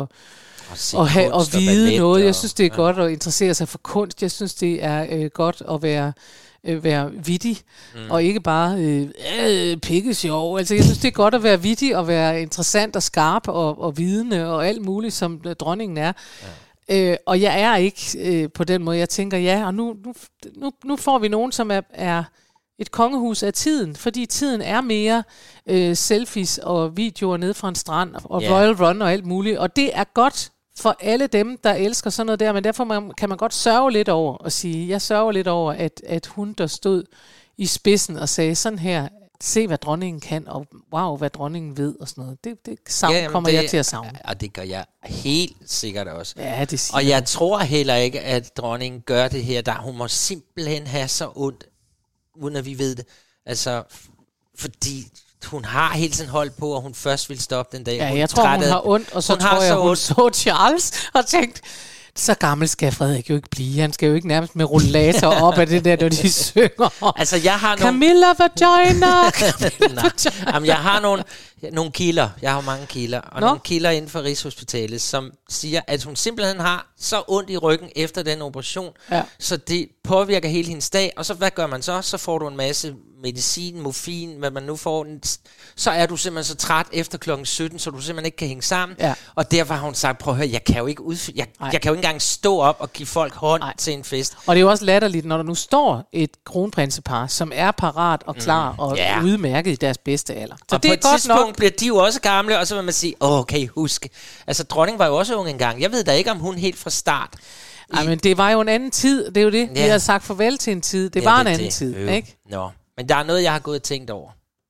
at vide noget. Jeg synes, det er godt at interessere sig for kunst. Jeg synes, det er godt at være vittig, og ikke bare pikkesjov. Altså, jeg synes, det er godt at være vittig, og være interessant og skarp, og vidende, og alt muligt, som dronningen er. Ja. Og jeg er ikke på den måde. Jeg tænker, og nu får vi nogen, som er et kongehus af tiden, fordi tiden er mere selfies og videoer nede fra en strand, og Royal Run og alt muligt, og det er godt for alle dem, der elsker sådan noget der, men derfor kan man godt sørge lidt over og sige, jeg sørger lidt over, at hun der stod i spidsen og sagde sådan her, se hvad dronningen kan, og wow, hvad dronningen ved og sådan noget. Det kommer jeg til at savne. Og det gør jeg helt sikkert også. Ja, det siger og jeg tror heller ikke, at dronningen gør det her, hun må simpelthen have så ondt, uden at vi ved det. Altså, fordi hun har hele tiden holdt på, og hun først vil stoppe den dag. Ja, jeg tror, hun har ondt, og så tror jeg, hun så Charles og tænkt, så gammel skal Frederik jo ikke blive. Han skal jo ikke nærmest med rollator op af det der, når de synger. Altså, jeg har Camilla Vagina. Jamen, jeg har nogle kilder. Jeg har mange kilder. Og nogle kilder inden for Rigshospitalet, som siger, at hun simpelthen har så ondt i ryggen efter den operation, så det påvirker hele hendes dag. Og så hvad gør man så? Så får du en masse medicin, morfin, hvad man nu får. Så er du simpelthen så træt efter klokken 17, så du simpelthen ikke kan hænge sammen. Ja. Og derfor har hun sagt, prøv at høre, jeg kan jo ikke jeg kan jo ikke engang stå op og give folk hånd til en fest. Og det er jo også latterligt, når der nu står et kronprinsepar, som er parat og klar og udmærket i deres bedste alder. Så og det på et tidspunkt bliver de jo også gamle, og så vil man sige, okay, husk. Altså, dronningen var jo også ung engang. Jeg ved da ikke, om hun helt fra start... Ej, men det var jo en anden tid. Det er jo det. Vi har sagt farvel til en tid. Det var en anden tid, ikke? Nå. Men der er noget, jeg har gået og tænkt over.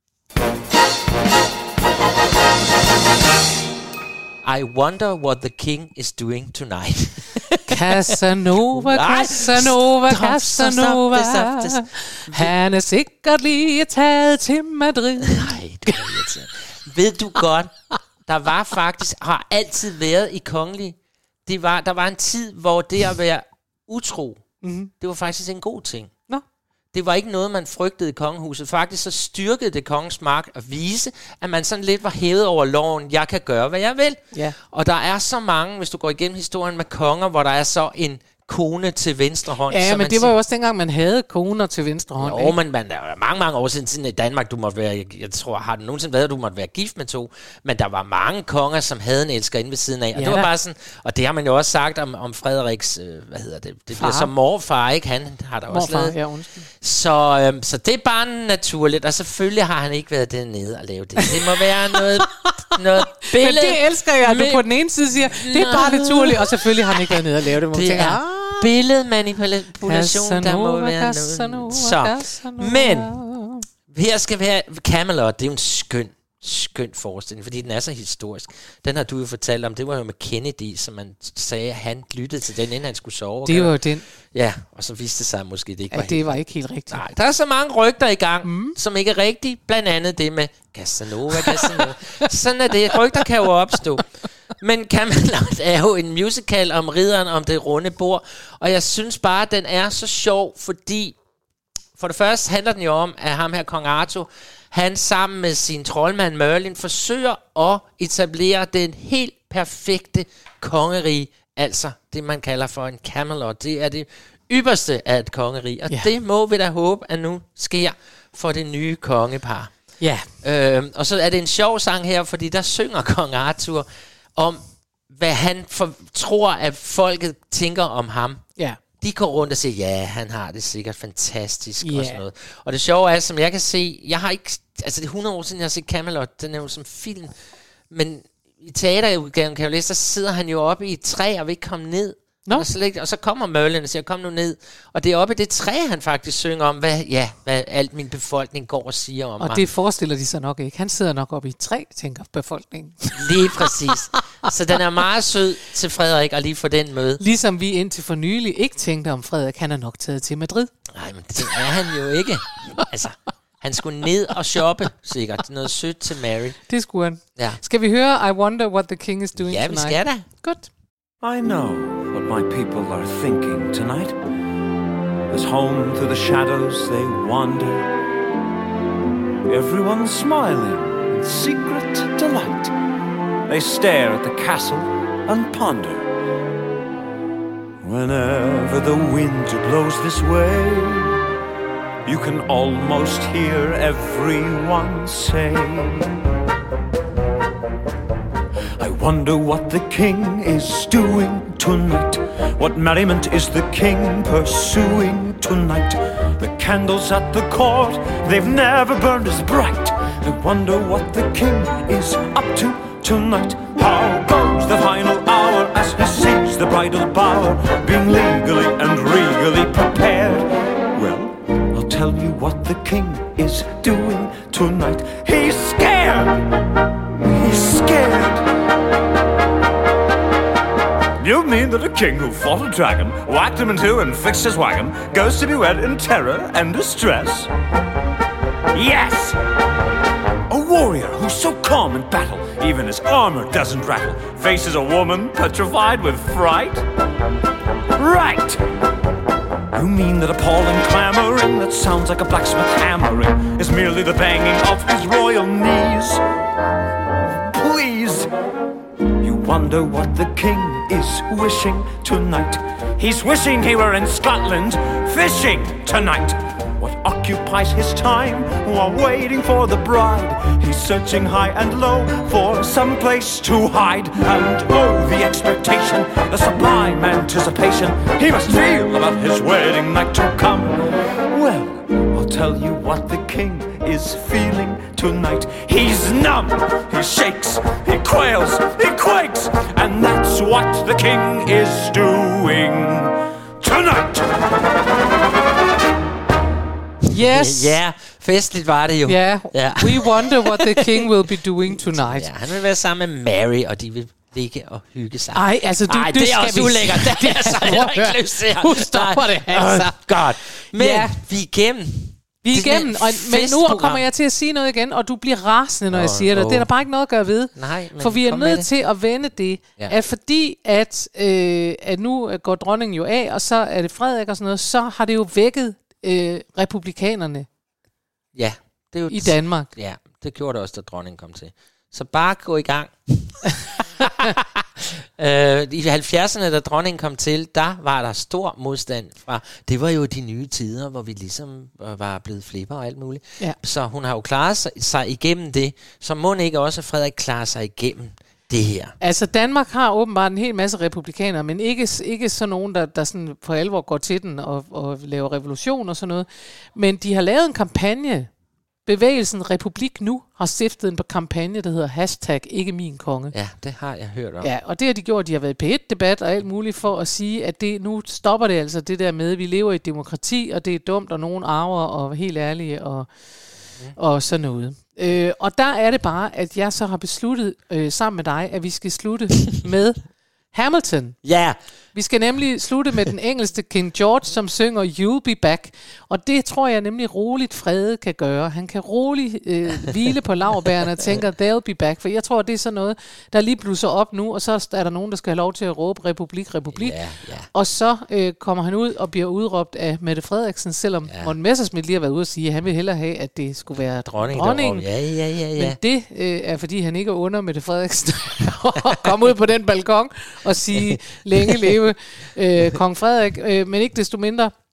I wonder what the king is doing tonight. Casanova. Han er sikkert lige taget til Madrid. Nej, det er irriterende. Ved du godt, der var faktisk, har altid været i kongelig. Der var en tid, hvor det at være utro, det var faktisk en god ting. Det var ikke noget, man frygtede i kongehuset. Faktisk så styrkede det kongens magt at vise, at man sådan lidt var hævet over loven. Jeg kan gøre, hvad jeg vil. Ja. Og der er så mange, hvis du går igennem historien med konger, hvor der er så en kone til venstre hånd. Ja, men det var jo også dengang, man havde koner til venstre hånd. Jo, men der er mange år siden i Danmark, du måtte være, jeg tror, har det nogensinde været, du måtte være gift med to, men der var mange konger, som havde en elskerinde ved siden af. Og det var bare sådan, og det har man jo også sagt om Frederiks, det bliver som morfar, ikke? Han har der også lavet. Ja, undskyld. Så det er bare naturligt, og selvfølgelig har han ikke været dernede og lavet det. Det må være noget billede. Men det elsker jeg, at du på den ene side siger, det er bare naturligt, og selvfølgelig har han ikke været nede og lavet det. Man tænker, billedmanipulation, der må være noget. Men her skal være Camelot, det er jo en skøn forestilling, fordi den er så historisk. Den har du jo fortalt om, det var jo med Kennedy, som man sagde, at han lyttede til den, inden han skulle sove. Det var jo den. Ja, og så viste det sig måske, det ikke var det var ikke helt rigtigt. Nej, der er så mange rygter i gang, som ikke er rigtige. Blandt andet det med Casanova. Sådan er det. Rygter kan jo opstå. Men Camelot er jo en musical om ridderen om det runde bord, og jeg synes bare, at den er så sjov, fordi for det første handler den jo om, at ham her, kong Arthur, han sammen med sin troldmand Merlin forsøger at etablere den helt perfekte kongerige, altså det, man kalder for en Camelot. Det er det ypperste af et kongerige, og det må vi da håbe, at nu sker for det nye kongepar. Ja. Og så er det en sjov sang her, fordi der synger kong Arthur om, hvad han tror, at folket tænker om ham. Ja. De går rundt og siger, ja, han har det sikkert fantastisk og sådan noget. Og det sjove er, som jeg kan se, jeg har ikke, altså det er 100 år siden, jeg har set Camelot, den er jo som film, men i teaterudgaven kan jeg jo læse, så sidder han jo oppe i et træ og vil ikke komme ned. No. Og så kommer Merlin og siger, kom nu ned. Og det er oppe i det træ, han faktisk synger om, hvad alt min befolkning går og siger om mig. Og det forestiller de sig nok ikke. Han sidder nok oppe i et træ, tænker befolkningen. Lige præcis. Så den er meget sød til Frederik at lige få den møde. Ligesom vi indtil for nylig ikke tænkte om Frederik, han er nok taget til Madrid. Nej, men det er han jo ikke. Altså, han skulle ned og shoppe, sikkert. Noget sødt til Mary. Det skulle han. Ja. Skal vi høre I Wonder What the King is Doing Tonight? Ja, vi skal da. Godt. I know what my people are thinking tonight. As home through the shadows they wander, everyone smiling in secret delight. They stare at the castle and ponder. Whenever the wind blows this way, you can almost hear everyone say, I wonder what the king is doing tonight. What merriment is the king pursuing tonight? The candles at the court, they've never burned as bright. I wonder what the king is up to tonight. How goes the final hour as he sees the bridal bower being legally and regally prepared? Well, I'll tell you what the king is doing tonight. He's scared! He's scared! You mean that a king who fought a dragon, whacked him in two and fixed his wagon, goes to be wed in terror and distress? Yes! A warrior who's so calm in battle, even his armor doesn't rattle, faces a woman petrified with fright? Right! You mean that appalling clamoring that sounds like a blacksmith hammering is merely the banging of his royal knees? Please! You wonder what the king is wishing tonight. He's wishing he were in Scotland fishing tonight. What occupies his time while waiting for the bride? He's searching high and low for some place to hide. And oh, the expectation, the sublime anticipation he must feel about his wedding night to come. Well, I'll tell you what the king is feeling tonight. He's numb, he shakes, he quails, he quakes, and that's what the king is doing tonight. Yes. Ja, festligt var det jo. Yeah. We wonder what the king will be doing tonight. Ja, han vil være sammen med Mary, og de vil ligge og hygge sig. Ej, altså det er også ulækkert. Det er så ikke lyst til. Nu stopper det, altså. Godt. Men vi er igennem. Vi er igennem, men nu kommer jeg til at sige noget igen, og du bliver rasende, når jeg siger det. Det er der bare ikke noget at gøre ved. Nej, men for vi er nødt til at vende det, at fordi at nu går dronningen jo af, og så er det Frederik og sådan noget, så har det jo vækket republikanerne det er jo i Danmark. Ja, det gjorde det også, da dronningen kom til. Så bare gå i gang. I 70'erne, da dronningen kom til, der var der stor modstand fra. Det var jo de nye tider, hvor vi ligesom var blevet flipper og alt muligt. Ja. Så hun har jo klaret sig igennem det. Så må ikke også Frederik klare sig igennem det her. Altså Danmark har åbenbart en hel masse republikanere, men ikke sådan nogen, der sådan for alvor går til den og laver revolution og sådan noget. Men de har lavet en kampagne. Bevægelsen Republik Nu har stiftet en kampagne, der hedder #IkkeMinKonge. Ja, det har jeg hørt om. Ja, og det har de gjort. De har været i P1-debat og alt muligt for at sige, at nu stopper det altså det der med, at vi lever i et demokrati, og det er dumt, og nogen arver, og helt ærlige, og sådan noget. Og der er det bare, at jeg så har besluttet sammen med dig, at vi skal slutte med Hamilton. Ja. Vi skal nemlig slutte med den engelske King George, som synger You'll Be Back. Og det tror jeg nemlig roligt Frede kan gøre. Han kan roligt hvile på laurbærene og tænker, they'll be back. For jeg tror, det er sådan noget, der lige blusser op nu, og så er der nogen, der skal have lov til at råbe republik, republik. Yeah. Og så kommer han ud og bliver udråbt af Mette Frederiksen, selvom Morten Messerschmidt lige har været ude og sige, at han vil hellere have, at det skulle være dronningen. Ja. Men det er, fordi han ikke er under Mette Frederiksen at komme ud på den balkon og sige, længe leve kong Frederik. Men ikke desto mindre,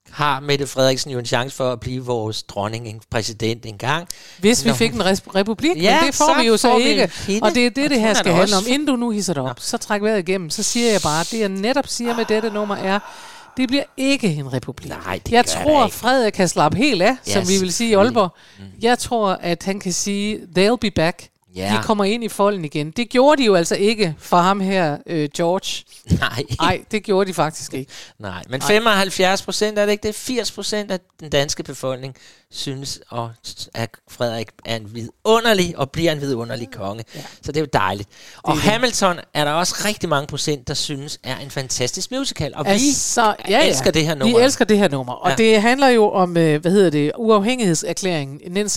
har Mette Frederiksen jo en chance for at blive vores dronning, en præsident engang. Hvis vi fik en republik, men det får vi jo så ikke. Og det er det her skal handle om. Inden du nu hisser dig op, så træk vejret igennem. Så siger jeg bare, det jeg netop siger med dette nummer er, det bliver ikke en republik. Nej, jeg tror, Frederik kan slappe helt af, som vi vil sige i Aalborg. Jeg tror, at han kan sige, they'll be back. De kommer ind i folden igen. Det gjorde de jo altså ikke for ham her, George. Nej, det gjorde de faktisk ikke. Nej, men 75% er det ikke. Det er 80% af den danske befolkning synes, at Frederik er en vidunderlig og bliver en vidunderlig konge. Ja. Så det er jo dejligt. Og Hamilton er der også rigtig mange procent, der synes er en fantastisk musical. Og vi elsker det her nummer. Vi elsker det her nummer. Og det handler jo om, uafhængighedserklæringen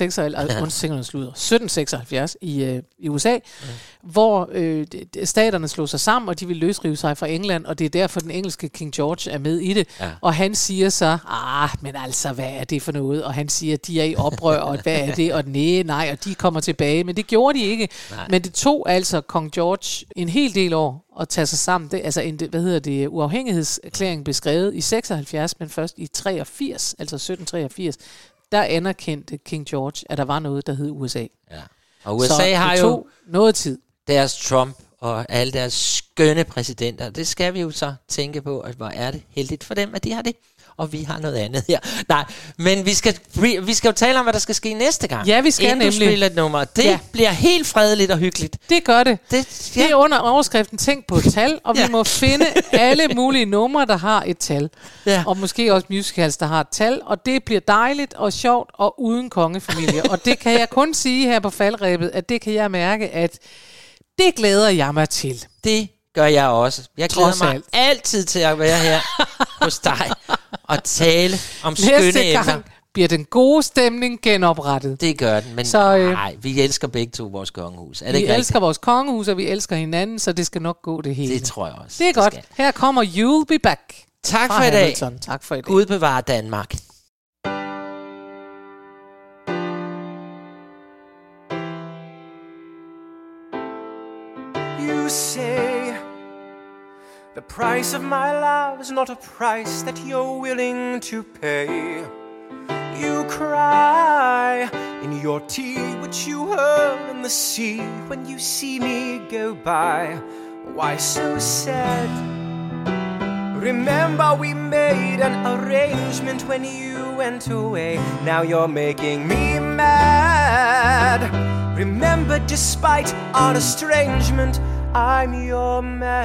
1776 i USA, hvor staterne slog sig sammen, og de vil løsrive sig fra England, og det er derfor, den engelske King George er med i det. Ja. Og han siger så, men altså, hvad er det for noget? Og han siger, de er i oprør, og hvad er det? Og nej, og de kommer tilbage. Men det gjorde de ikke. Nej. Men det tog altså Kong George en hel del år at tage sig sammen. Det, altså uafhængighedserklæringen blev skrevet i 76, men først i 83, altså 1783, der anerkendte King George, at der var noget, der hed USA. Ja. Og USA har jo noget tid. Deres Trump og alle deres skønne præsidenter. Det skal vi jo så tænke på, at hvor er det heldigt for dem, at de har det. Og vi har noget andet her. Nej, men vi skal jo tale om, hvad der skal ske næste gang. Ja, vi skal inden nemlig. Du spiller et nummer. Det bliver helt fredeligt og hyggeligt. Det gør det. Det er under overskriften Tænk på et tal, og vi må finde alle mulige numre, der har et tal. Ja. Og måske også musicals, der har et tal. Og det bliver dejligt og sjovt og uden kongefamilie. Og det kan jeg kun sige her på faldrebet, at det kan jeg mærke, at det glæder jeg mig til. Det gør jeg også. Jeg glæder mig altid til at være her hos dig og tale om skønne emner. Gang bliver den gode stemning genoprettet. Det gør den, men vi elsker begge to vores kongehus. Er det vi elsker vores kongehus, og vi elsker hinanden, så det skal nok gå det hele. Det tror jeg også. Det er godt. Her kommer You'll Be Back. Tak for i dag. Hamilton. Tak for i dag. Gud bevare Danmark. You say the price of my love is not a price that you're willing to pay. You cry in your tea, which you hurl in the sea when you see me go by. Why so sad? Remember we made an arrangement when you went away. Now you're making me mad. Remember, despite our estrangement, I'm your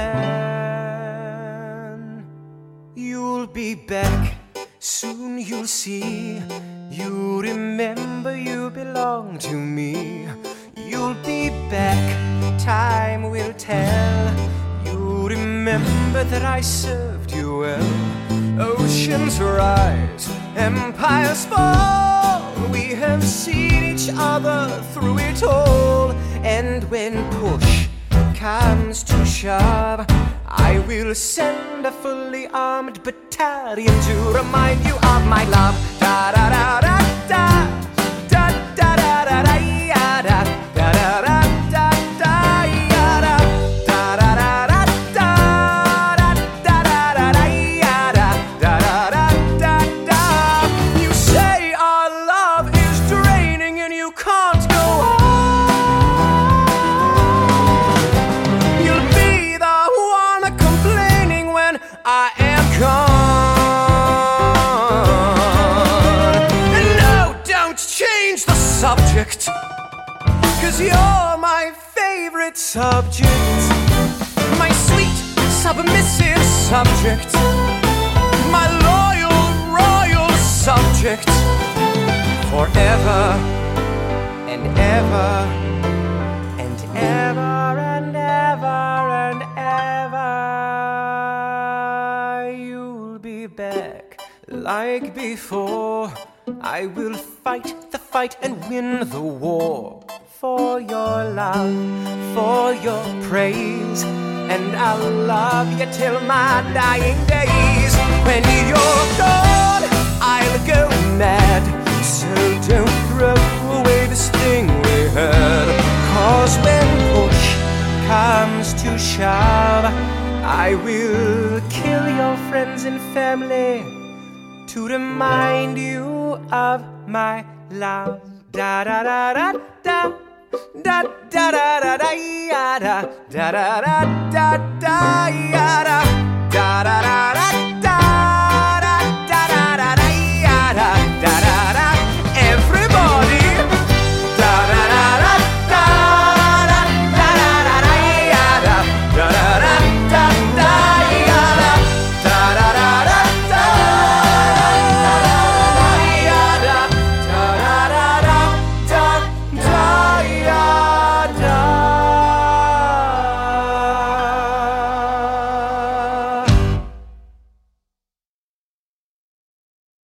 man. You'll be back, soon you'll see. You remember you belong to me. You'll be back, time will tell. You remember that I served you well. Oceans rise, empires fall. We have seen each other through it all. And when push comes to shove, I will send a fully armed battalion to remind you of my love. Da da da da da da da da da da ya da da da da da da ya da da da da da da da da da da ya da da da da da. You say our love is draining and you can't go on. I am gone. And no, don't change the subject, 'cause you're my favorite subject. My sweet, submissive subject. My loyal, royal subject. Forever and ever and ever and ever and ever. Back like before, I will fight the fight and win the war. For your love, for your praise, and I'll love you till my dying days. When you're gone, I'll go mad. So don't throw away this thing we had. 'Cause when push comes to shove, I will kill your friends and family to to remind you of my love. Da da da da da. Da da da da da da da da da da da da da da da